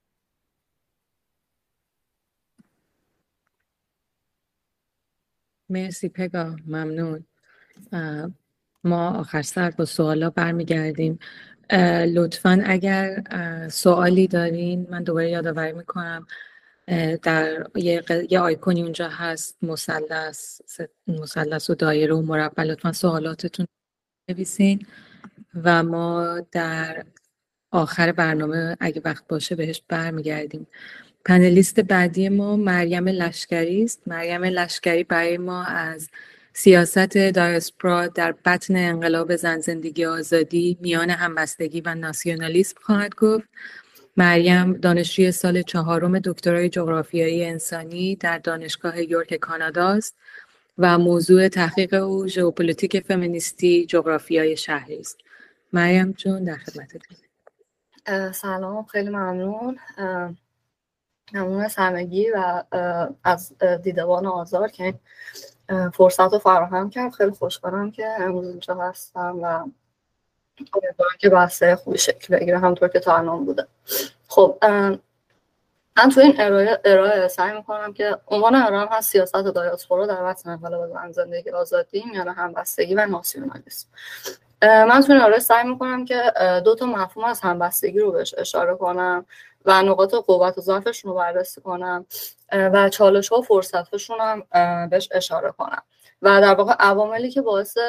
مرسی پگاه، ممنون. ما آخر سر با سوالا برمیگردیم. لطفاً اگر سوالی دارین، من دوباره یادآوری میکنم در یه آیکونی اونجا هست، مثلث و دایره و مربع، لطفاً سوالاتتون بنویسین و ما در آخر برنامه اگه وقت باشه بهش برمیگردیم. پنلیست بعدی ما مریم لشکری است. مریم لشکری برای ما از سیاست دایاسپورا در بطن انقلاب زن زندگی آزادی میان همبستگی و ناسیونالیسم خواهد گفت. مریم دانشجوی سال 4 دکترای جغرافیای انسانی در دانشگاه یورک کانادا است و موضوع تحقیق او ژئوپلیتیک فمینیستی جغرافیای شهری است. مریم جون در خدمتتون. سلام، خیلی ممنون از همگی و از دیدبان آزار که فرصت رو فراهم کرد. خیلی خوشحالم که امروز اینجا هستم و امیدوارم که بحث خوبی شکل بگیره همونطور که تا الان بوده. خب من تو این ارائه سعی میکنم که عنوان ارائه هست سیاست دایاسپورا در بطن انقلاب زن زندگی آزادی میان همبستگی و ناسیونالیسم. من تو این ارائه سعی میکنم که 2 مفهوم از همبستگی رو بهش اشاره کنم و نقاط قوت و ضعفشون رو بررسی کنم و چالش ها و فرصتشون هم بهش اشاره کنم و در واقع عواملی که باعث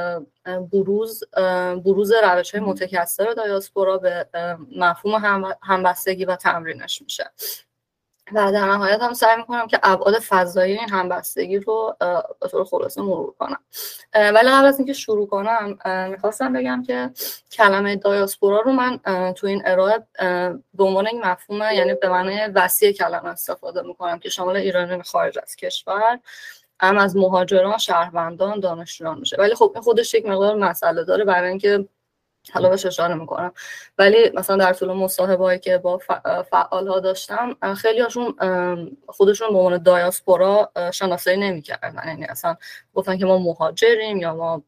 بروز روش‌های متکثر دایاسپورا به مفهوم همبستگی و تمرینش میشه و در نهایت هم سعی میکنم که ابعاد فضایی این همبستگی رو به طور خلاصه مرور کنم. ولی قبل از اینکه شروع کنم میخواستم بگم که کلمه دایاسپورا رو من تو این ارائه به عنوان یک مفهوم، یعنی به معنای وسیع کلمه استفاده میکنم که شامل ایرانیان خارج از کشور، هم از مهاجران، شهروندان، دانشجویان میشه. ولی خب این خودش یک مقدار مسئله داره برای اینکه حالا بهش اشاره میکنم. ولی مثلا در طول مصاحبه‌ای که با فعال‌ها داشتم خیلی هاشون خودشون به عنوان دایاسپورا شناسایی نمی‌کردن، یعنی اصلا گفتن که ما مهاجریم یا ما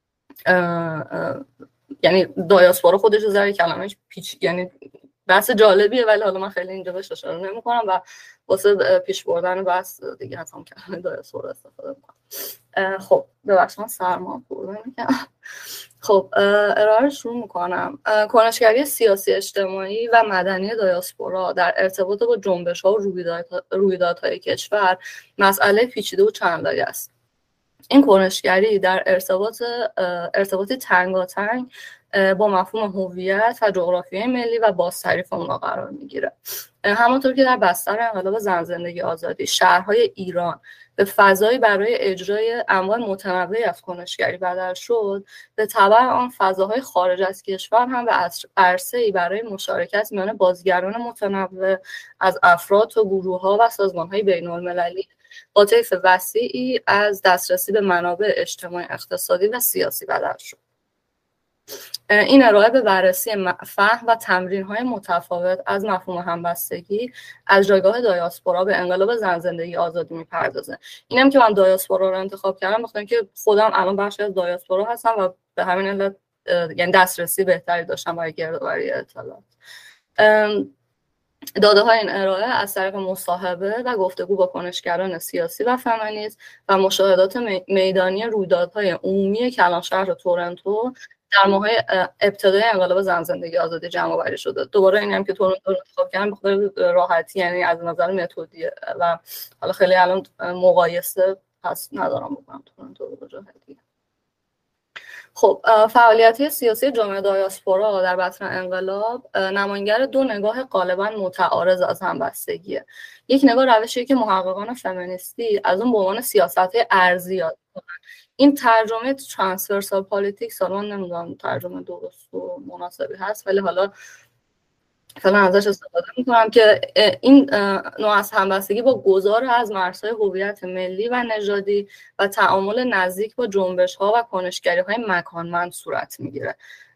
یعنی دایاسپورا خودش ذره کلمه‌اش یعنی بحث جالبیه، ولی حالا من خیلی اینجا بهش اشاره نمی‌کنم و واسه پیش بردن بحث دیگه هم کلمه دایاسپورا استفاده می‌کنم. خب ببخشید سرما خوردم می‌کنم. خب ارائه رو شروع میکنم. کنشگری سیاسی اجتماعی و مدنی دایاسپورا در ارتباط با جنبش‌ها و رویدادهای کشور مسئله پیچیده و چندلایه است. این کنشگری در ارتباطی تنگاتنگ با مفهوم هویت و جغرافیای ملی و بازتعریف اونها قرار میگیره. همانطور که در بستر انقلاب زن زندگی آزادی شهرهای ایران به فضایی برای اجرای انواع متنوعی از کنشگری بدل شد، به تبع آن فضاهای خارج از کشور هم به عرصه‌ای برای مشارکت میان بازیگران متنوع از افراد و گروه‌ها و سازمان‌های بین‌المللی با طیف وسیعی از دسترسی به منابع اجتماعی، اقتصادی و سیاسی بدل شد. این ارائه به بررسی فهم و تمرین‌های متفاوت از مفهوم همبستگی از جایگاه دایاسپورا به انقلاب زن زندگی آزادی می‌پردازه. اینم که من دایاسپورا رو انتخاب کردم بخاطر اینکه خودم الان بخشی از دایاسپورا هستم و به همین علت یعنی دسترسی بهتری داشتم برای گردآوری اطلاعات. داده‌های این ارائه از طریق مصاحبه و گفتگو با کنشگران سیاسی و فمینیست و مشاهدات میدانی رویدادهای عمومی کلانشهر تورنتو در ماه‌های ابتدای انقلاب زن زندگی آزادی جمع‌آوری شده. دوباره این هم که تورنتو رو انتخاب کردم به خاطر راحتی، یعنی از نظر متدیه و حالا خیلی الان مقایسه پس ندارم بکنم تورنتو رو با جای دیگه. خب فعالیت سیاسی جامعه دایاسپورا در بطن انقلاب نمایانگر دو نگاه غالبا متعارض از همبستگیه. یک نگاه روشی که محققان فمینیستی از اون به عنوان سیاست ارزی یاد می‌کنن. این ترجمه ترانسورسال پالیتیکس، من نمیدونم ترجمه درست و مناسبی هست ولی حالا فعلا ازش استفاده میکنم که این نوع از همبستگی با گذار از مرزهای هویت ملی و نژادی و تعامل نزدیک با جنبش‌ها و کنشگری‌های مکانمند صورت میگیره.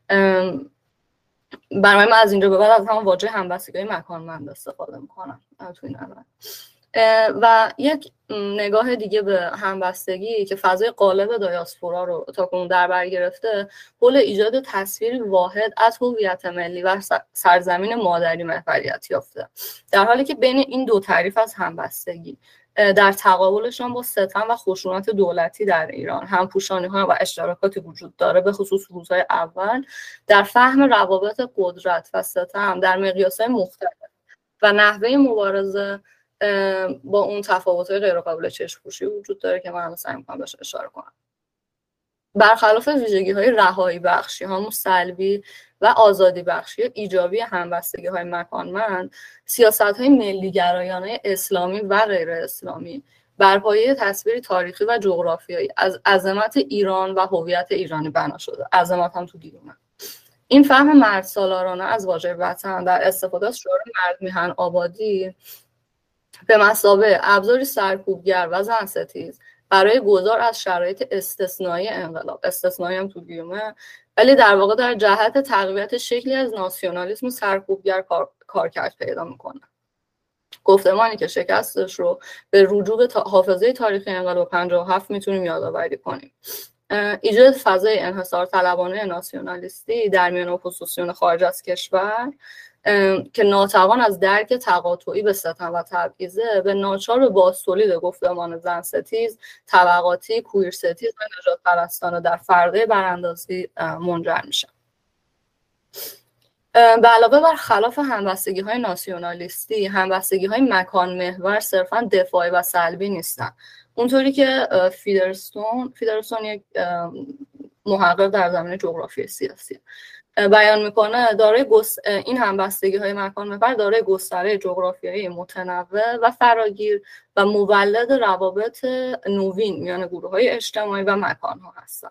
برای من از اینجا به بعد از همون واژه همبستگی مکانمند استفاده میکنم تو این اول. و یک نگاه دیگه به همبستگی که فضای قالب دایاسپورا رو تاکنون در بر گرفته، حول ایجاد تصویری واحد از هویت ملی و سرزمین مادری محوریت یافته، در حالی که بین این دو تعریف از همبستگی در تقابلشان با ستم و خشونت دولتی در ایران همپوشانی‌ها و اشتراکاتی وجود داره، به خصوص روزهای اول در فهم روابط قدرت و ستم در مقیاس‌های مختلف و نحوه مبارزه با اون تفاوت‌های غیر قابل چشم‌پوشی وجود داره که من سعی می‌کنم بهش اشاره کنم. برخلاف ویژگی‌های رهایی بخشی، همون سلبی و آزادی بخشی و ایجابی همبستگی‌های مکانمند، سیاست‌های ملی‌گرایانه اسلامی و غیر اسلامی بر پایه تصویری تاریخی و جغرافیایی از عظمت ایران و هویت ایرانی بنا شده. عظمت هم تو گیرونه. این فهم مردسالارانه از واژه وطن در استفاده از شعار مرد میهن آبادی به مثابه ابزاری سرکوبگر و زن ستیز برای گذار از شرایط استثنایی انقلاب، استثنایی هم تو گیومه، ولی در واقع در جهت تقویت شکلی از ناسیونالیسم سرکوبگر کارکرد پیدا میکنه. گفتمانی که شکستش رو به رجوع به حافظه تاریخی انقلاب 57 میتونیم یادآوری کنیم. ایجاد فضای انحصار طلبانه ناسیونالیستی در میان اپوزیسیون خارج از کشور که ناتوان از درک تقاطعی به ستم و تبعیضه به ناچار به بازتولید گفتمان زن ستیز، طبقاتی، کویر ستیز و نژاد پرستانه در فرده براندازی منجر میشه. به علاوه بر خلاف همبستگی‌های ناسیونالیستی، همبستگی‌های مکان محور صرفاً دفاعی و سلبی نیستن. اونطوری که فیدرستون یک محقق در زمینه جغرافی سیاسی بیان میکنه، این همبستگی‌های مکان محور دارای گستره جغرافیایی متنوع و فراگیر و مولد روابط نوین میان گروه‌های اجتماعی و مکان‌ها هستند.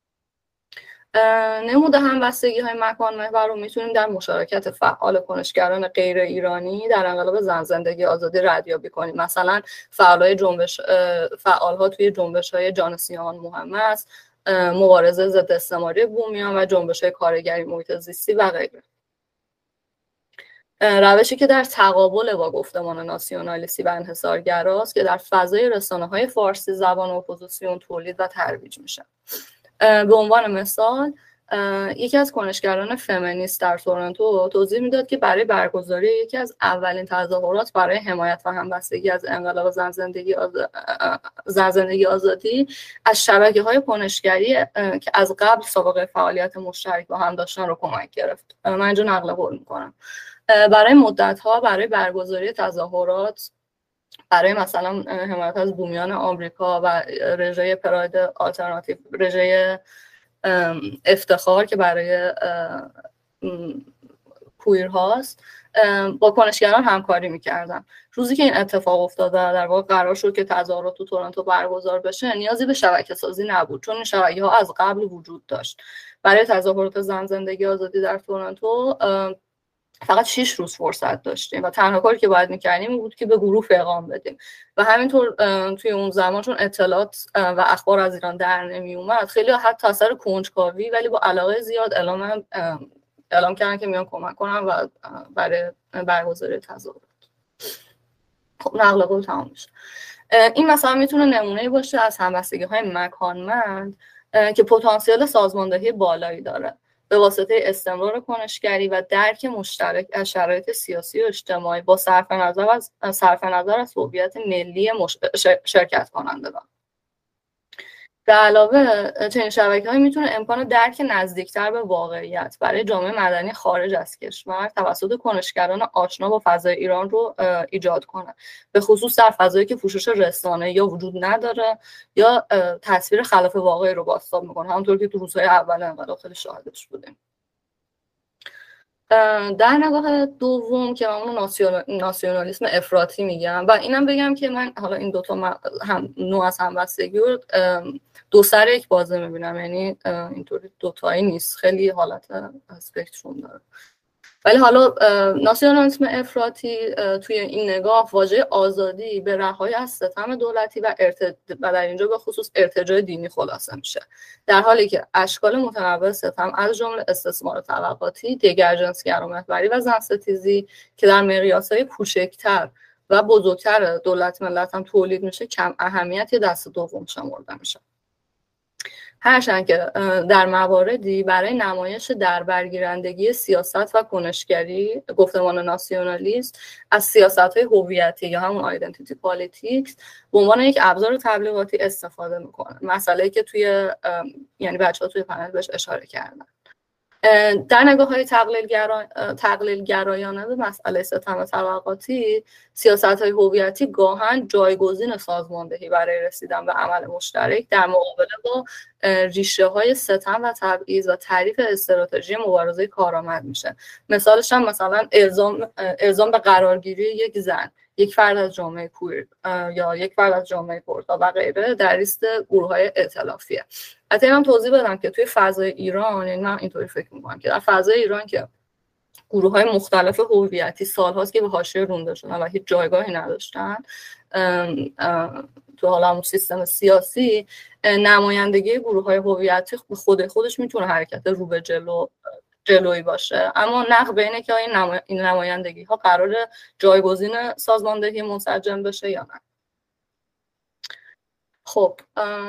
نمود همبستگی‌های مکان محور رو میتونیم در مشارکت فعال کنشگران غیر ایرانی در انقلاب زن زندگی آزادی ردیابی کنیم. مثلا فعال‌ها توی جنبش‌های جان سیاهان محمد، مبارزه ضد استعماری بومیان و جنبش‌های کارگری محیط زیستی و غیره. روشی که در تقابل با گفتمان ناسیونالیستی و انحصارگراست که در فضای رسانه‌های فارسی زبان اپوزیسیون تولید و ترویج میشه. به عنوان مثال، یکی از کنشگران فمینیست در تورنتو توضیح میداد که برای برگزاری یکی از اولین تظاهرات برای حمایت و همبستگی از انقلاب زن زندگی آزادی از شبکه‌های کنشگری که از قبل سابقه فعالیت مشترک با هم داشتن رو کمک گرفت. من اینجا نقل قول میکنم. برای مدت‌ها برای برگزاری تظاهرات برای مثلا حمایت از بومیان آمریکا و رژه پراید آلترناتیو، رژه افتخار که برای کویر هاست، با کنشگران همکاری میکردن. روزی که این اتفاق افتاد در واقع قرار شد که تظاهرات تو تورنتو برگزار بشه، نیازی به شبکه سازی نبود، چون این شبکه ها از قبل وجود داشت. برای تظاهرات زن زندگی آزادی در تورنتو فقط 6 روز فرصت داشتیم و تنها کاری که باید میکردیم بود که به گروه پیغام بدیم و همینطور توی اون زمان چون اطلاعات و اخبار از ایران در نمی اومد، خیلی حتی اثر کنجکاوی ولی با علاقه زیاد اعلام کردن که میان کمک کنن و برای برگزاری تظاهرات. خب نقل قول تمام میشه. این مثلا میتونه نمونه باشه از همبستگی‌های مکانمند که پتانسیل سازماندهی بالایی داره به واسطه استمرار کنشگری و درک مشترک از شرایط سیاسی و اجتماعی با صرف نظر از هویت ملی شرکت کنندگان. به علاوه چنین شبکه‌هایی میتونه امکان درک نزدیکتر به واقعیت برای جامعه مدنی خارج از کشور توسط کنشگران آشنا با فضای ایران رو ایجاد کنه، به خصوص در فضایی که پوشش رسانه‌ای یا وجود نداره یا تصویر خلاف واقعی رو بازتاب میکنه، همونطور که تو روزهای اول انقلاب خیلی شاهدش بودیم. در نگاه دوم که من ناسیونالیسم افراطی میگم و اینم بگم که من حالا این دوتا نوع از همبستگی رو دو سر یک بازه میبینم، یعنی اینطوری دوتایی نیست، خیلی حالت اسپکتروم داره. ولی حالا ناسیونالیسم افراطی توی این نگاه واژه آزادی به رهایی از ستم دولتی و در اینجا به خصوص ارتجاع دینی خلاصه میشه، در حالی که اشکال متنوع ستم از جمله استثمار طبقاتی، دگرجنسگرامحوری و زنستیزی که در مقیاس‌های کوچکتر و بزرگتر دولت ملت هم تولید میشه کم اهمیت یا دست دوم شمرده میشه. هرچند که در مواردی برای نمایش در برگیرندگی سیاست و کنشگری گفتمان ناسیونالیست از سیاست‌های هویتی یا همون آیدنتیتی پالیتیکس به عنوان یک ابزار تبلیغاتی استفاده میکنه، مسئله‌ای که توی یعنی بچه‌ها توی پنل بهش اشاره کردن. در نگاه‌های تقلیل گرایانه به مسئله ستم طبقاتی، سیاست‌های هویتی گاهن جایگزین سازماندهی برای رسیدن به عمل مشترک در مقابله با ریشه‌های ستم و تبعیض و تعریف استراتژی مبارزه کارآمد میشه. مثالش هم مثلا الزام به قرارگیری یک زن، یک فرد از جامعه کویر یا یک فرد از جامعه پرتا و غیره در لیست گروه‌های ائتلافیه. البته اینم توضیح بدم که توی فضای ایران، یعنی من اینطوری فکر می‌کنم که در فضای ایران که گروه‌های مختلف هویتی سال‌هاست که به حاشیه رونده شدن و هیچ جایگاهی نداشتن تو حالا همون سیستم سیاسی، نمایندگی گروه‌های هویتی خودش میتونه حرکت رو به جلویی باشه، اما نقد به اینه که این نمایندگی ها قرار جایگزین سازماندهی منسجم بشه یا نه. خب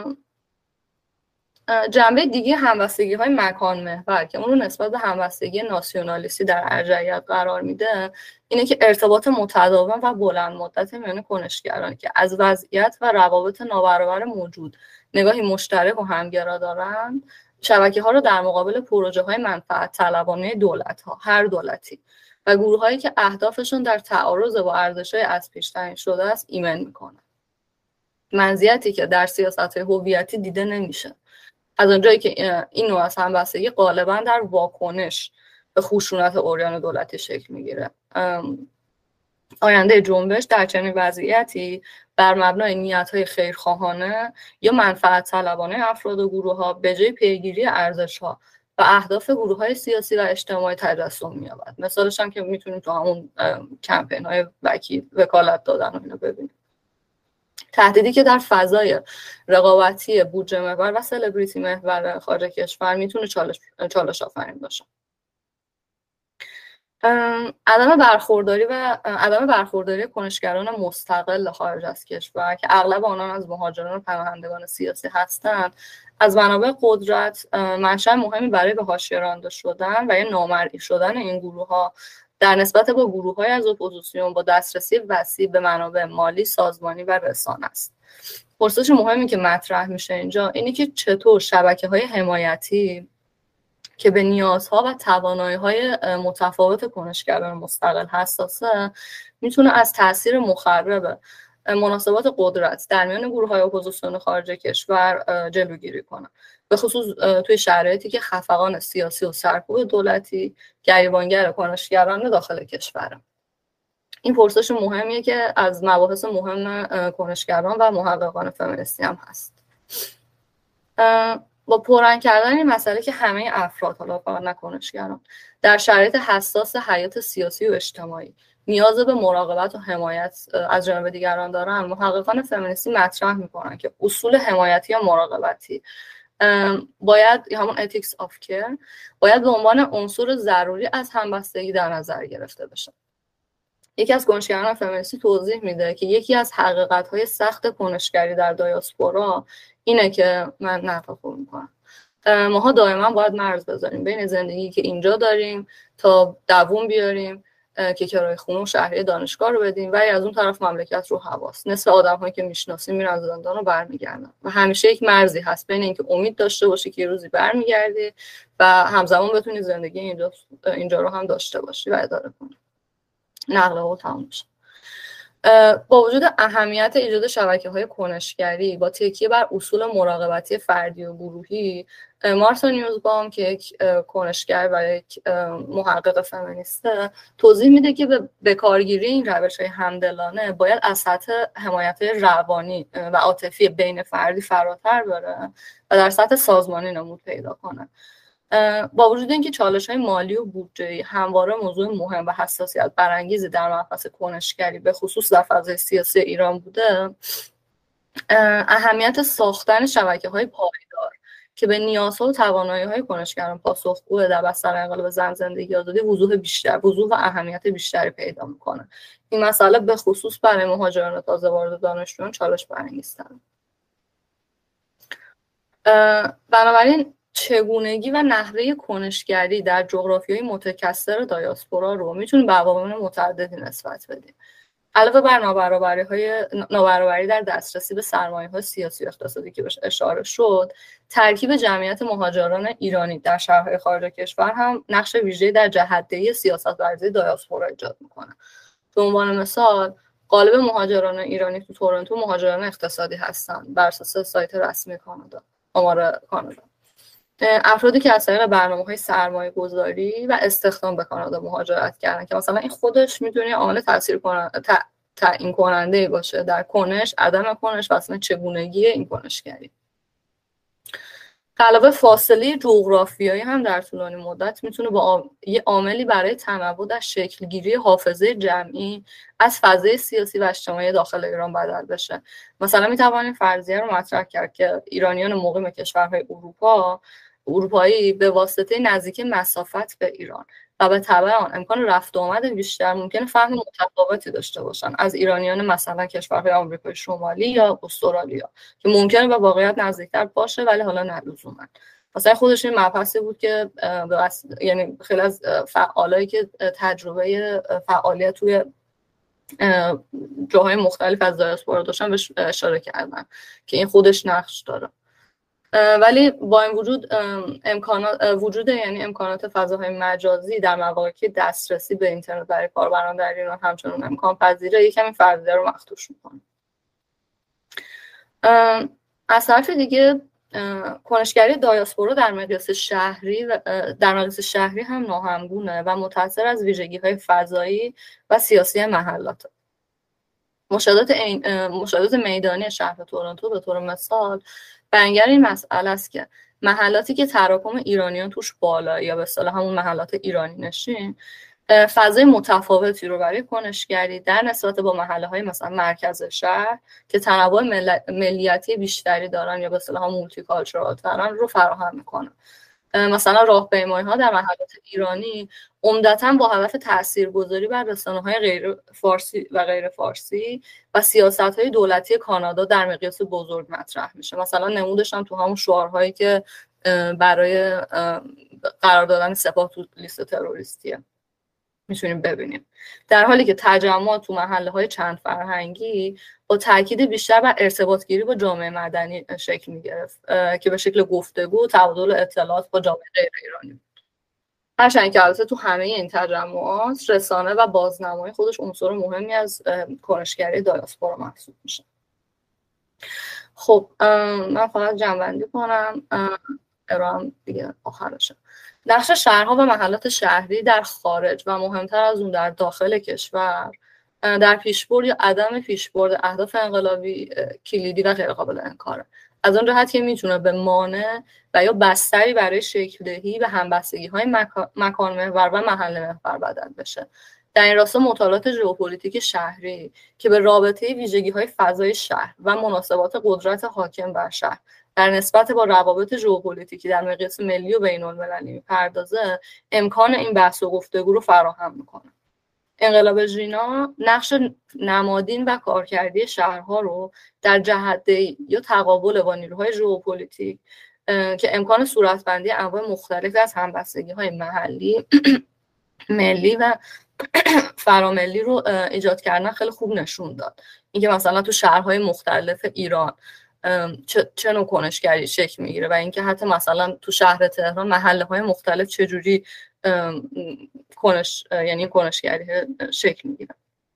جنبه دیگه همبستگی های مکان محور که اون رو نسبت به همبستگی ناسیونالیستی در ارجحیت قرار میده اینه که ارتباط متداوم و بلند مدت میان کنشگرانی که از وضعیت و روابط نابرابر موجود نگاهی مشترک و همگرا دارن، شبکه ها رو در مقابل پروژه های منفعت طلبانه دولت ها، هر دولتی و گروه هایی که اهدافشون در تعارض با ارزش های از پیش تعیین شده است ایمن میکنه، منزیتی که در سیاست های هویتی دیده نمیشه، از اونجایی که این نوع از همبستگی غالبا در واکنش به خشونت عریان دولتی شکل میگیره. آینده جنبش در چنین وضعیتی بر مبنای نیت‌های خیرخواهانه یا منفعت طلبانه افراد و گروه‌ها به جای پیگیری ارزش‌ها و اهداف گروه‌های سیاسی و اجتماعی تجسم می‌یابد. مثالش هم که می‌تونیم تو همون کمپین‌های وکالت دادن و اینو ببینیم. تهدیدی که در فضای رقابتی بودجه محور و سلبریتی محور خارج کشور میتونه چالش آفرین باشه. عدم برخورداری کنشگران مستقل خارج از کشور که اغلب آنان از مهاجران و پناهندگان سیاسی هستند، از منابع قدرت منشأ مهمی برای به حاشیه رانده شدن و یا نامرئی شدن این گروه‌ها در نسبت با گروه‌های از اپوزیسیون با دسترسی وسیع به منابع مالی، سازمانی و رسانه است. پرسش مهمی که مطرح میشه اینجا اینه که چطور شبکه‌های حمایتی که به نیازها و توانایی‌های متفاوت کنشگران مستقل حساسه میتونه از تاثیر مخرب مناسبات قدرت در میان گروه‌های اپوزیسیون خارج کشور جلوگیری کنه، به خصوص توی شرایطی که خفقان سیاسی و سرکوب دولتی گریبانگر کنشگران داخل کشوره. این پرسش مهمیه که از مباحث مهم کنشگران و محققان فمینیستی هم هست. با پررنگ کردن این مسئله که همه افراد، حالا فقط نه کنشگران، در شرایط حساس حیات سیاسی و اجتماعی نیاز به مراقبت و حمایت از جانب دیگران دارن، محققان فمینیستی مطرح میکنن که اصول حمایتی یا مراقبتی باید، همون ethics of care، باید به عنوان عنصر ضروری از همبستگی در نظر گرفته بشه. یکی از کنشگران فمینیستی توضیح میده که یکی از حقیقت‌های سخت کنشگری در دایاسپورا اینه که من نفاقو میکنم ماها دائما باید مرز بذاریم بین زندگی که اینجا داریم تا دووم بیاریم که کرایه خونه و شهریه دانشگاه رو بدیم، ولی از اون طرف مملکت رو حواس. نصف آدم‌هایی که میشناسیم میرن زندان و برمیگردن و همیشه یک مرزی هست بین اینکه امید داشته باشی که یه روزی برمیگردی و همزمان بتونی زندگی اینجا رو هم داشته باشی و اداره کنی. نقل قول تمام میشه. با وجود اهمیت ایجاد شبکه‌های کنشگری با تکیه بر اصول مراقبتی فردی و گروهی، مارتا نیوزبام که یک کنشگر و یک محقق فمینیسته توضیح میده که به کارگیری این روش‌های همدلانه باید از سطح حمایت روانی و عاطفی بین فردی فراتر بره و در سطح سازمانی نمود پیدا کنه. با وجود اینکه چالش‌های مالی و بودجه‌ای همواره موضوع مهم و حساسیت برانگیزی در مبحث کنشگری به خصوص در فضای سیاسی ایران بوده، اهمیت ساختن شبکه‌های پایدار که به نیازها و توانایی‌های کنشگران پاسخگو در بستر انقلاب زن زندگی آزادی وضوح و اهمیت بیشتری پیدا می‌کنه. این مسئله به خصوص برای مهاجران تازه وارد دانشجویان چالش برانگیزتره. بنابراین چگونگی و نحوه کنشگری در جغرافیای متکثر دایاسپورا رو میتونیم به عوامل متعددی نسبت بدیم. علاوه بر نابرابری در دسترسی به سرمایه‌های سیاسی و اقتصادی که بهش اشاره شد، ترکیب جمعیت مهاجران ایرانی در شهرهای خارج کشور هم نقش ویژه‌ای در جهت‌دهی سیاست‌ورزی دایاسپورا ایجاد میکنه. به عنوان مثال، غالب مهاجران ایرانی تو تورنتو مهاجران اقتصادی هستند بر اساس سایت رسمی کانادا، آمار کانادا. افرادی که از طریق برنامه‌های سرمایه‌گذاری و استخدام به کانادا مهاجرت کردن که مثلا این خودش میتونه عامل تعیین کننده باشه در کنش، عدم کنش و اصلا چگونگی این کنشگری. علاوه فاصله جغرافیایی هم در طولانی مدت میتونه با یه عاملی برای تنوع در شکلگیری حافظه جمعی از فضای سیاسی و اجتماعی داخل ایران بدل بشه. مثلا میتوانیم فرضیه رو مطرح کرد که ایرانیان مقیم کشورهای اروپایی به واسطه نزدیکی مسافت به ایران و به تبع آن امکان رفت و آمد بیشتر ممکنه فهم متفاوتی داشته باشن از ایرانیان مثلا کشورهای آمریکای شمالی یا استرالیا که ممکنه به واقعیت نزدیکتر باشه ولی حالا نه لزوما. مثلا خودش این مبحثی بود که یعنی خیلی از فعالایی که تجربه فعالیت توی جاهای مختلف از دایاسپورا داشتن بهش اشاره کردن که این خودش نقش داره. ولی با این وجود یعنی امکانات فضاهای مجازی در مواقعی که دسترسی به اینترنت برای کاربران در ایران همچنان امکان پذیره، یکم این فرضیه رو مخدوش میکنه. از طرف دیگه کنشگری دایاسپورا در مقیاس شهری هم ناهمگونه و متأثر از ویژگی‌های فضایی و سیاسی محلات. مشاهدات میدانی شهر تورنتو به طور مثال بیانگر این مسئله است که محلاتی که تراکم ایرانیان توش بالا یا به اصطلاح همون محلات ایرانی نشین فضای متفاوتی رو برای کنشگری در نسبت با محله‌های مثلا مرکز شهر که تنوع ملیتی بیشتری دارن یا به اصطلاح مولتی کالچورال دارن رو فراهم میکنه. مثلا راهپیمایی‌ها در محلات ایرانی عمدتاً با هدف تاثیرگذاری بر رسانه‌های غیر فارسی و غیر فارسی و سیاست‌های دولتی کانادا در مقیاس بزرگ مطرح میشه. مثلا نمودش هم تو همون شعارهایی که برای قرار دادن سپاه تو لیست تروریستیه میتونیم ببینیم. در حالی که تجمع تو محله‌های چند فرهنگی با تاکید بیشتر بر ارتباط گیری با جامعه مدنی شکل می‌گرفت که به شکل گفتگو و تبادل اطلاعات با جامعه غیر ایرانی بود. هرچند که البته تو همه این تجمعات رسانه و بازنمایی خودش عنصر مهمی از کنشگری دایاسپورا محسوب میشه. خب من فقط جمع‌بندی کنم ارائم دیگه آخرشه. نقش شهرها و محلات شهری در خارج و مهمتر از اون در داخل کشور در پیشبرد یا عدم پیشبرد اهداف انقلابی کلیدی و غیر قابل انکاره. از اون جهت که میتونه به مانع و یا بستری برای شکل دهی و همبستگی‌های مکان محور و محل محور بدل بشه. در این راستا مطالعات ژئوپلیتیک شهری که به رابطه ویژگی‌های فضای شهر و مناسبات قدرت حاکم بر شهر در نسبت با روابط ژئوپلیتیکی در مقیاس ملی و بین‌المللی می‌پردازه، امکان این بحث و گفتگو رو فراهم می‌کنه. انقلاب ژینا نقش نمادین و کارکردی شهرها رو در جهت‌دهی یا تقابل با نیروهای ژئوپلیتیک که امکان صورتبندی انواع مختلف از همبستگی‌های محلی، ملی و فراملی رو ایجاد کردن خیلی خوب نشون داد. اینکه مثلا تو شهرهای مختلف ایران چه نوع کنشگری شکل میگیره و اینکه حتی مثلا تو شهر تهران محله‌های مختلف چجوری یعنی کنشگری شکل میگیره.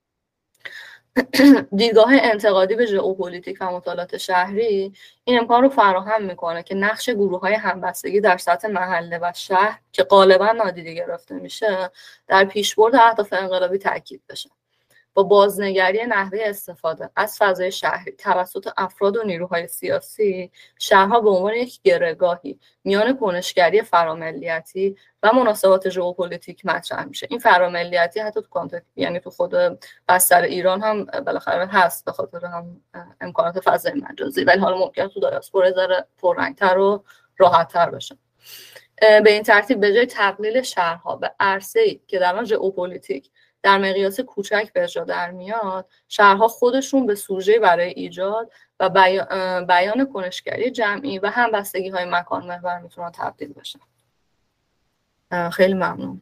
دیدگاه انتقادی به ژئوپلیتیک و مطالعات شهری این امکان رو فراهم میکنه که نقش گروه‌های همبستگی در سطح محله و شهر که غالبا نادیده گرفته میشه در پیشبرد اهداف انقلابی تاکید بشه. با بازنگری نحوه استفاده از فضای شهری توسط افراد و نیروهای سیاسی، شهرها به عنوان یک گرهگاهی میان کنشگری فراملیتی و مناسبات ژئوپلیتیک مطرح میشه. این فراملیتی حتی یعنی تو خود بستر ایران هم بالاخره هست به خاطر هم امکانات فضای مجازی، ولی حالا ممکنه تو دایاسپورا ذره پررنگ‌تر و راحت‌تر بشه. به این ترتیب به جای تقلیل شهرها به عرصه‌ای که در آن ژئوپلیتیک در مقیاس کوچک به اجرا در میاد، شهرها خودشون به سوژه برای ایجاد و بیان کنشگری جمعی و همبستگی‌های مکان محور میتونن تبدیل بشن. خیلی ممنون.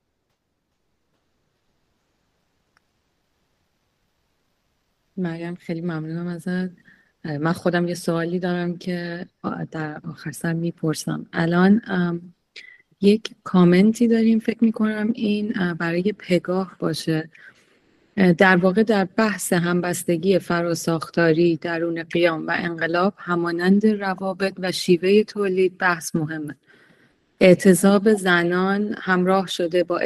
مریم خیلی ممنونم ازت. من خودم یه سوالی دارم که در آخر سر میپرسم. الان یک کامنتی داریم، فکر میکنم این برای پگاه باشه. در واقع در بحث همبستگی فراساختاری درون قیام و انقلاب همانند روابط و شیوه تولید بحث مهمه. اعتصاب زنان همراه شده با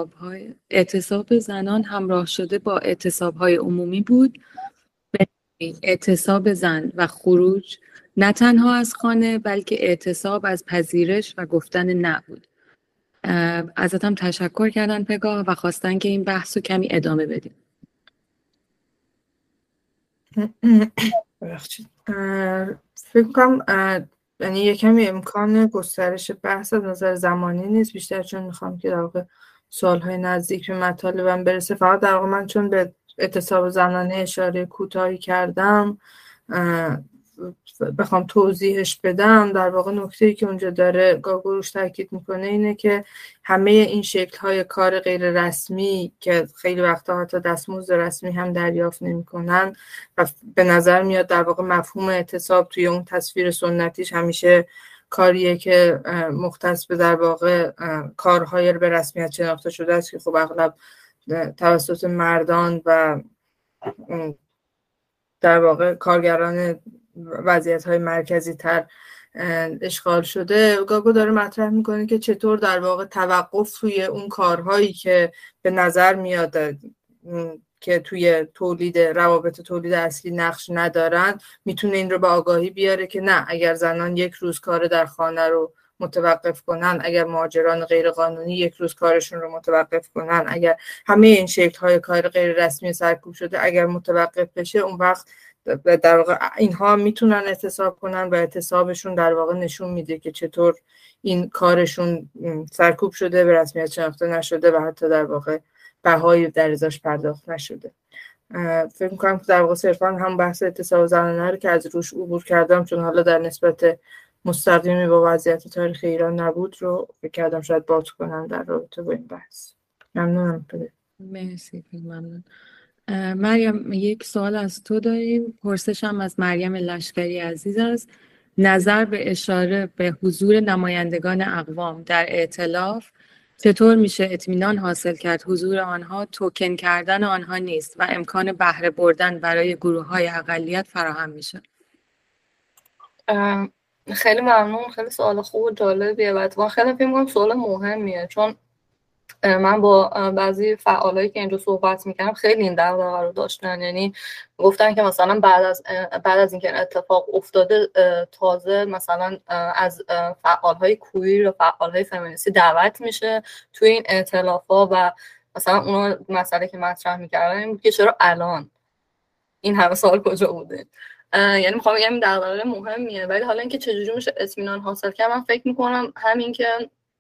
اعتصاب‌های عمومی بود. اعتصاب زن و خروج نه تنها از خانه بلکه اعتصاب از پذیرش و گفتن نه بود. ازتم تشکر کردن پگاه و خواستن که این بحث رو کمی ادامه بدیم. فکر کنم یعنی یکمی امکان گسترش بحث از نظر زمانی نیست، بیشتر چون میخوام که در واقع سوالهای نزدیک به مطالبم برسه. فقط در واقع من چون به اعتصاب زنانه اشاره کوتاهی کردم بخوام توضیحش بدم، در واقع نکته‌ای که اونجا داره گاگوروش تاکید میکنه اینه که همه این شکل‌های کار غیر رسمی که خیلی وقتا حتی دستمزد رسمی هم دریافت نمی‌کنن و به نظر میاد در واقع مفهوم اعتصاب توی اون تصویر سنتیش همیشه کاریه که مختص به در واقع کارهای به رسمیت شناخته شده است که خب اغلب توسط مردان و در واقع کارگران وضعیت‌های مرکزی تر اشغال شده. گاگو داره مطرح میکنه که چطور در واقع توقف توی اون کارهایی که به نظر میاد که توی روابط تولید اصلی نقش ندارن میتونه این رو به آگاهی بیاره که نه، اگر زنان یک روز کار در خانه رو متوقف کنن، اگر مهاجران غیر قانونی یک روز کارشون رو متوقف کنن، اگر همه این شکل‌های کار غیر رسمی سرکوب شده اگر متوقف بشه، اون وقت در واقع اینها میتونن اعتصاب کنن و اعتصابشون در واقع نشون میده که چطور این کارشون سرکوب شده، به رسمیت شناخته نشده و حتی در واقع بهایی در ازاش پرداخت نشده. فکر می‌کنم که در واقع صرفا هم بحث اعتصاب زنانه رو که از روش عبور کردم چون حالا در نسبت مستقیمی با وضعیت تاریخ ایران نبود رو فکر کردم شاید باز کنم در رابطه با این بحث. ممنونم. مرسی، ممنون. مریم یک سوال از تو داریم، پرسشم از مریم لشکری عزیز است. نظر به اشاره به حضور نمایندگان اقوام در ائتلاف چطور میشه اطمینان حاصل کرد حضور آنها توکن کردن آنها نیست و امکان بهره بردن برای گروه‌های اقلیت فراهم میشه؟ خیلی ممنون. خیلی سوال خوب و جالبیه و اتفاقا خیلی فکر می‌کنم سوال مهمیه، چون من با بعضی فعالایی که اینجا صحبت میکردم خیلی این دغدغه رو داشتن. یعنی گفتن که مثلا بعد از اینکه اتفاق افتاده تازه مثلا از فعالهای کویر و فعالهای فمینیستی دعوت میشه توی این ائتلافا و مثلا اونا مسئله که مطرح میکردن این بود که چرا الان این همه سال کجا بوده. یعنی میخوام بگم این دغدغه مهمیه، ولی حالا اینکه چجوری میشه اطمینان حاصل کرد، من فکر میکنم همین که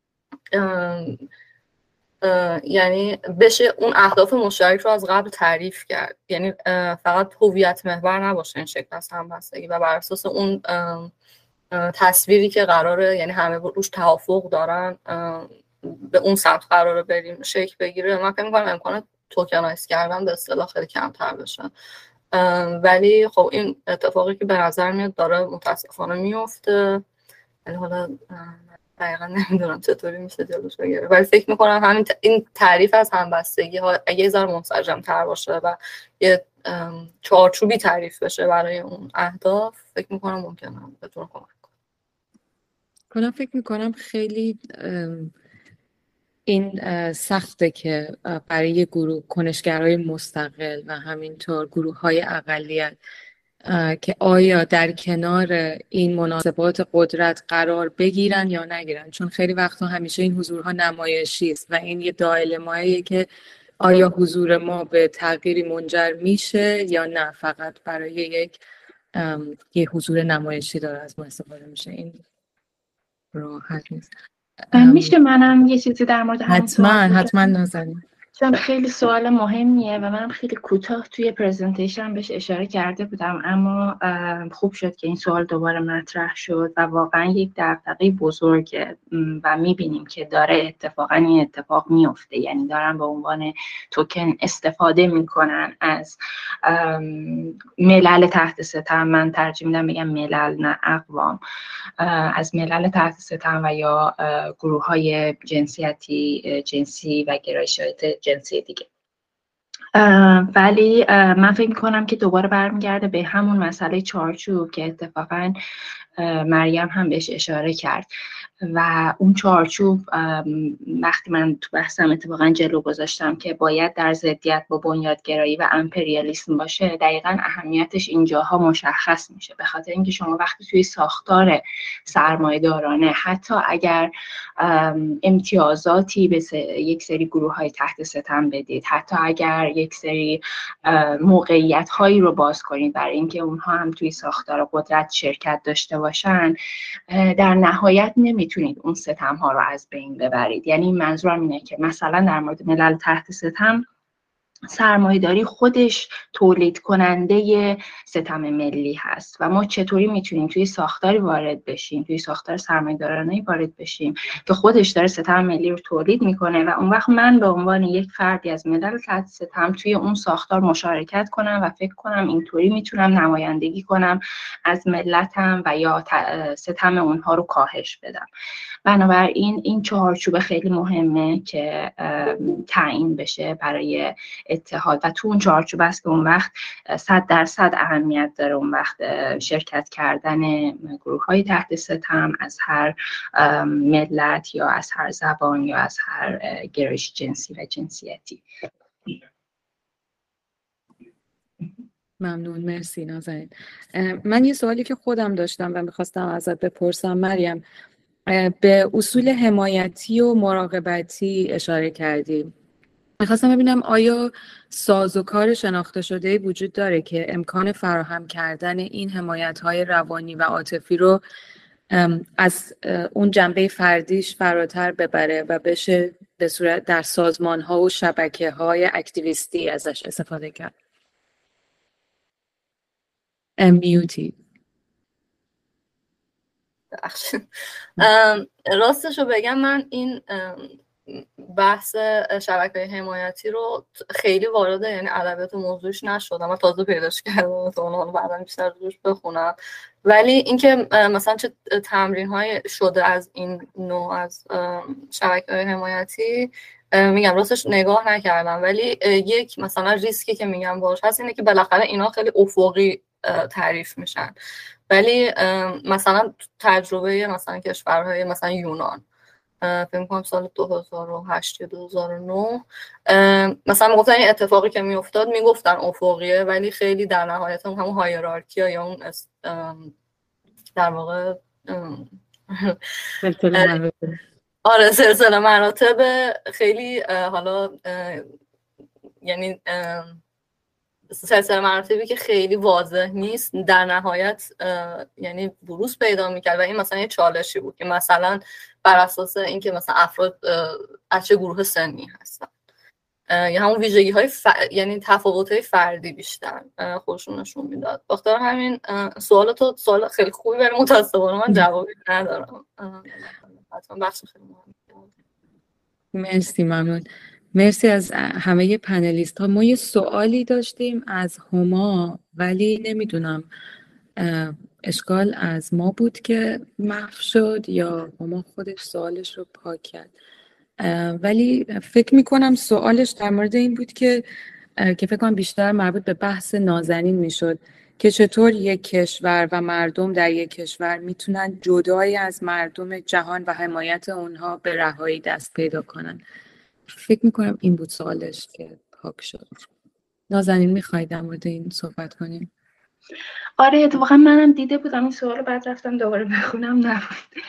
یعنی بشه اون اهداف مشترک رو از قبل تعریف کرد. یعنی فقط هویت محور نباشه این شکل از همبستگی و بر اساس اون تصویری که قراره یعنی همه روش توافق دارن به اون سمت قراره بریم شکل بگیره. من فکر می‌کنم امکان توکنایز کردن به اصطلاح خیلی کمتر بشه، ولی خب این اتفاقی که به نظر میاد داره متاسفانه میفته. یعنی حالا دقیقا نمیدونم چطوری میشه جلوش بگیره، ولی فکر میکنم همین این تعریف از همبستگی ها اگه یه ذره منسجم تر باشه و یه چارچوبی تعریف بشه برای اون اهداف، فکر میکنم ممکنه بتونه کمک کنم. فکر میکنم خیلی این سخته که برای گروه کنشگرای مستقل و همینطور گروه های اقلیت که آیا در کنار این مناسبات قدرت قرار بگیرن یا نگیرن، چون خیلی وقتا همیشه این حضورها نمایشی است و این یه دایلماییه که آیا حضور ما به تغییری منجر میشه یا نه فقط برای یه حضور نمایشی داره از ما استفاده میشه. این راحت نیست. میشه منم یه چیزی در مورد همین سوال حتما نازنین، چون خیلی سوال مهمیه و منم خیلی کوتاه توی پرزنتیشن بهش اشاره کرده بودم، اما خوب شد که این سوال دوباره مطرح شد و واقعا یک دغدغه بزرگه و میبینیم که داره اتفاقا این اتفاق میفته. یعنی دارن به عنوان توکن استفاده میکنن از ملل تحت ستم. من ترجیح میدم بگم ملل نه اقوام، از ملل تحت ستم و یا گروه های جنسی و گرایشات جنسی دیگه. ولی من فکر میکنم که دوباره برمیگرده به همون مسئله چارچوب که اتفاقا مریم هم بهش اشاره کرد و اون چارچوب وقتی من تو بحثم اتفاقا جلو گذاشتم که باید در ضدیت با بنیادگرایی و امپریالیسم باشه، دقیقاً اهمیتش اینجاها مشخص میشه. به خاطر اینکه شما وقتی توی ساختار سرمایه‌دارانه حتی اگر امتیازاتی به یک سری گروه‌های تحت ستم بدید، حتی اگر یک سری موقعیت‌هایی رو باز کنید برای اینکه اونها هم توی ساختار قدرت شرکت داشته باشن، در نهایت نمیتونید اون ستم‌ها رو از بین ببرید. یعنی منظورم اینه که مثلا در مورد ملل تحت ستم، سرمایه‌داری خودش تولید کننده ستم ملی هست و ما چطوری میتونیم توی ساختاری وارد بشیم، توی ساختار سرمایه‌دارانه وارد بشیم که خودش داره ستم ملی رو تولید میکنه و اون وقت من به عنوان یک فردی از ملل تحت ستم توی اون ساختار مشارکت کنم و فکر کنم اینطوری میتونم نمایندگی کنم از ملتم و یا ستم اونها رو کاهش بدم. بنابراین این چهارچوب خیلی مهمه که تعیین بشه برای اتحاد و تو اون چارچوب است که اون وقت 100% اهمیت داره اون وقت شرکت کردن گروه‌های تحت ستم از هر ملت یا از هر زبان یا از هر گرایش جنسی و جنسیتی. ممنون، مرسی نازنین. من یه سوالی که خودم داشتم و میخواستم ازت بپرسم مریم، به اصول حمایتی و مراقبتی اشاره کردی. میخواستم ببینم آیا سازوکار شناخته شده‌ای وجود داره که امکان فراهم کردن این حمایت‌های روانی و عاطفی رو از اون جنبه فردیش فراتر ببره و بشه به صورت در سازمان‌ها و شبکه‌های اکتیویستی ازش استفاده کرد؟ میوتی. راستشو بگم من این بحث شبکه‌های حمایتی رو خیلی وارد یعنی ادبیات موضوعش نشدم و تازه پیداش کردم تا اون بعدا بیشتر روش بخونم. ولی اینکه مثلا چه تمرین‌های شده از این نوع از شبکه‌های حمایتی میگم راستش نگاه نکردم، ولی یک مثلا ریسکی که میگم باش هست اینه که بالاخره اینا خیلی افقی تعریف میشن. ولی مثلا تجربه مثلا کشورهای مثلا یونان فکر کنم سال 2008 یا 2009 مثلا میگفتن این اتفاقی که میافتاد میگفتن افقیه، ولی خیلی در نهایت همون هایرارکی یا اون در واقع آره سلسله مراتب خیلی حالا یعنی سلسله مراتبی که خیلی واضح نیست در نهایت یعنی بروز پیدا میکرد و این مثلا یه چالشی بود که مثلا بر اساس اینکه مثلا افراد از چه گروه سنی هستن یا همون ویژگی های یعنی تفاوت های فردی بیشتر خودشون نشون میداد. بخاطر همین سوال خیلی خوبی ولی متاسفانه من جوابی ندارم. حتما بخش خیلی مهمه. مرسی، ممنون. مرسی از همه پنلیست ها. ما یه سوالی داشتیم از هما ولی نمیدونم اشکال از ما بود که محو شد یا هما خودش سوالش رو پاک کرد، ولی فکر میکنم سوالش در مورد این بود که فکر کنم بیشتر مربوط به بحث نازنین میشد که چطور یک کشور و مردم در یک کشور میتونن جدای از مردم جهان و حمایت اونها به رهایی دست پیدا کنن. فکر میکنم این بود سوالش که پاک شد. نازنین میخواید در مورد این صحبت کنیم؟ آره اتفاقا منم دیده بودم این سوالو، بعد رفتم دوباره بخونم نبود.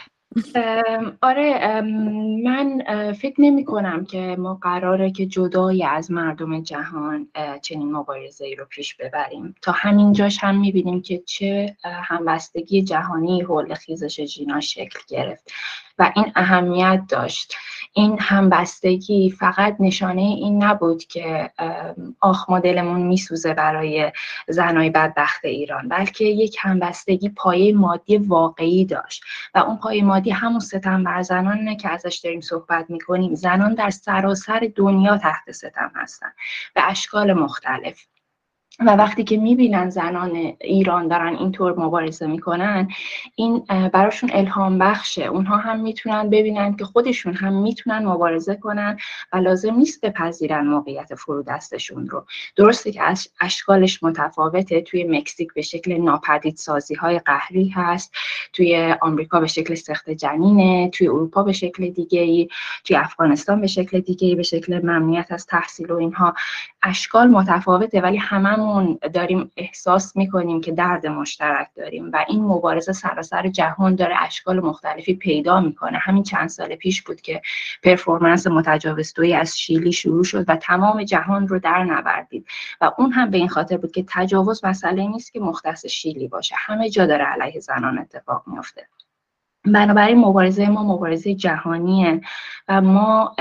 آره من فکر نمی کنم که ما قراره که جدای از مردم جهان چنین مبارزه‌ای رو پیش ببریم. تا همین جاش هم می‌بینیم که چه همبستگی جهانی حول خیزش ژینا شکل گرفت و این اهمیت داشت. این همبستگی فقط نشانه این نبود که آخ ما دلمون میسوزه برای زنای بدبخت ایران، بلکه یک همبستگی پایه مادی واقعی داشت و اون پایه مادی همون ستم بر زنانه که ازش داریم صحبت میکنیم. زنان در سراسر دنیا تحت ستم هستن به اشکال مختلف و وقتی که میبینن زنان ایران دارن اینطور مبارزه میکنن این براشون الهام بخشه. اونها هم میتونن ببینن که خودشون هم میتونن مبارزه کنن و لازم نیست بپذیرن موقعیت فرودستشون رو. درسته که اشکالش متفاوته، توی مکزیک به شکل ناپدید سازی های قهری هست، توی آمریکا به شکل سخت جنینه، توی اروپا به شکل دیگه‌ای، توی افغانستان به شکل دیگه‌ای، به شکل ممنوعیت از تحصیل و اینها. اشکال متفاوته ولی هممون داریم احساس میکنیم که درد مشترک داریم و این مبارزه سراسر جهان داره اشکال مختلفی پیدا میکنه. همین چند سال پیش بود که پرفورمنس متجاوزتویی از شیلی شروع شد و تمام جهان رو در نوردید و اون هم به این خاطر بود که تجاوز مسئله نیست که مختص شیلی باشه، همه جا داره علیه زنان اتفاق میفته. بنابراین مبارزه ما مبارزه جهانیه و ما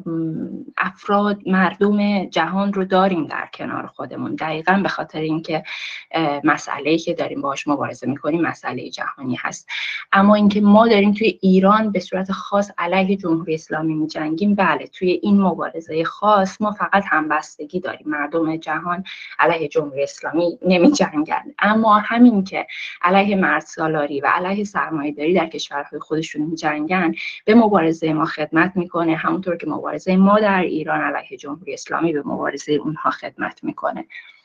افراد مردم جهان رو داریم در کنار خودمون، دقیقاً به خاطر اینکه مسئله‌ای که داریم باهاش مبارزه می‌کنیم مسئله جهانی هست. اما اینکه ما داریم توی ایران به صورت خاص علیه جمهوری اسلامی می‌جنگیم، بله توی این مبارزه خاص ما فقط همبستگی داریم، مردم جهان علیه جمهوری اسلامی نمی‌جنگن. اما همین که علیه مردسالاری و علیه سرمایه‌داری در کشورهای خودشون می‌جنگن به مبارزه ما خدمت میکنه، همونطور که مبارزه ما در ایران علیه جمهوری اسلامی به مبارزه اونها خدمت میکنه.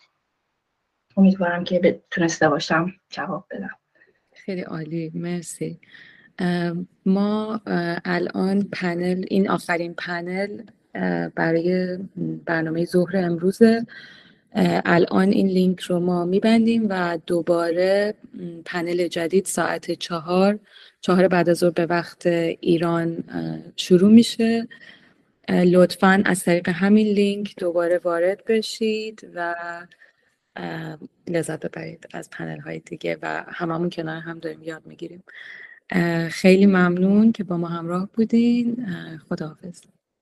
امیدوارم که تونسته باشم جواب بدم. خیلی عالی، مرسی. ما الان این آخرین پنل برای برنامه ظهر امروزه. الان این لینک رو ما میبندیم و دوباره پنل جدید ساعت 4 بعد از ظهر به وقت ایران شروع میشه. لطفاً از طریق همین لینک دوباره وارد بشید و لذت ببرید از پنل های دیگه و هممون کنار هم داریم یاد میگیریم. خیلی ممنون که با ما همراه بودین. خداحافظ.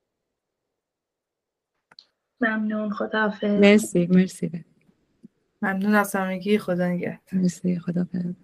ممنون، خداحافظ. مرسی. ممنون از همگی، خدا نگهدار. مرسی، خداحافظ.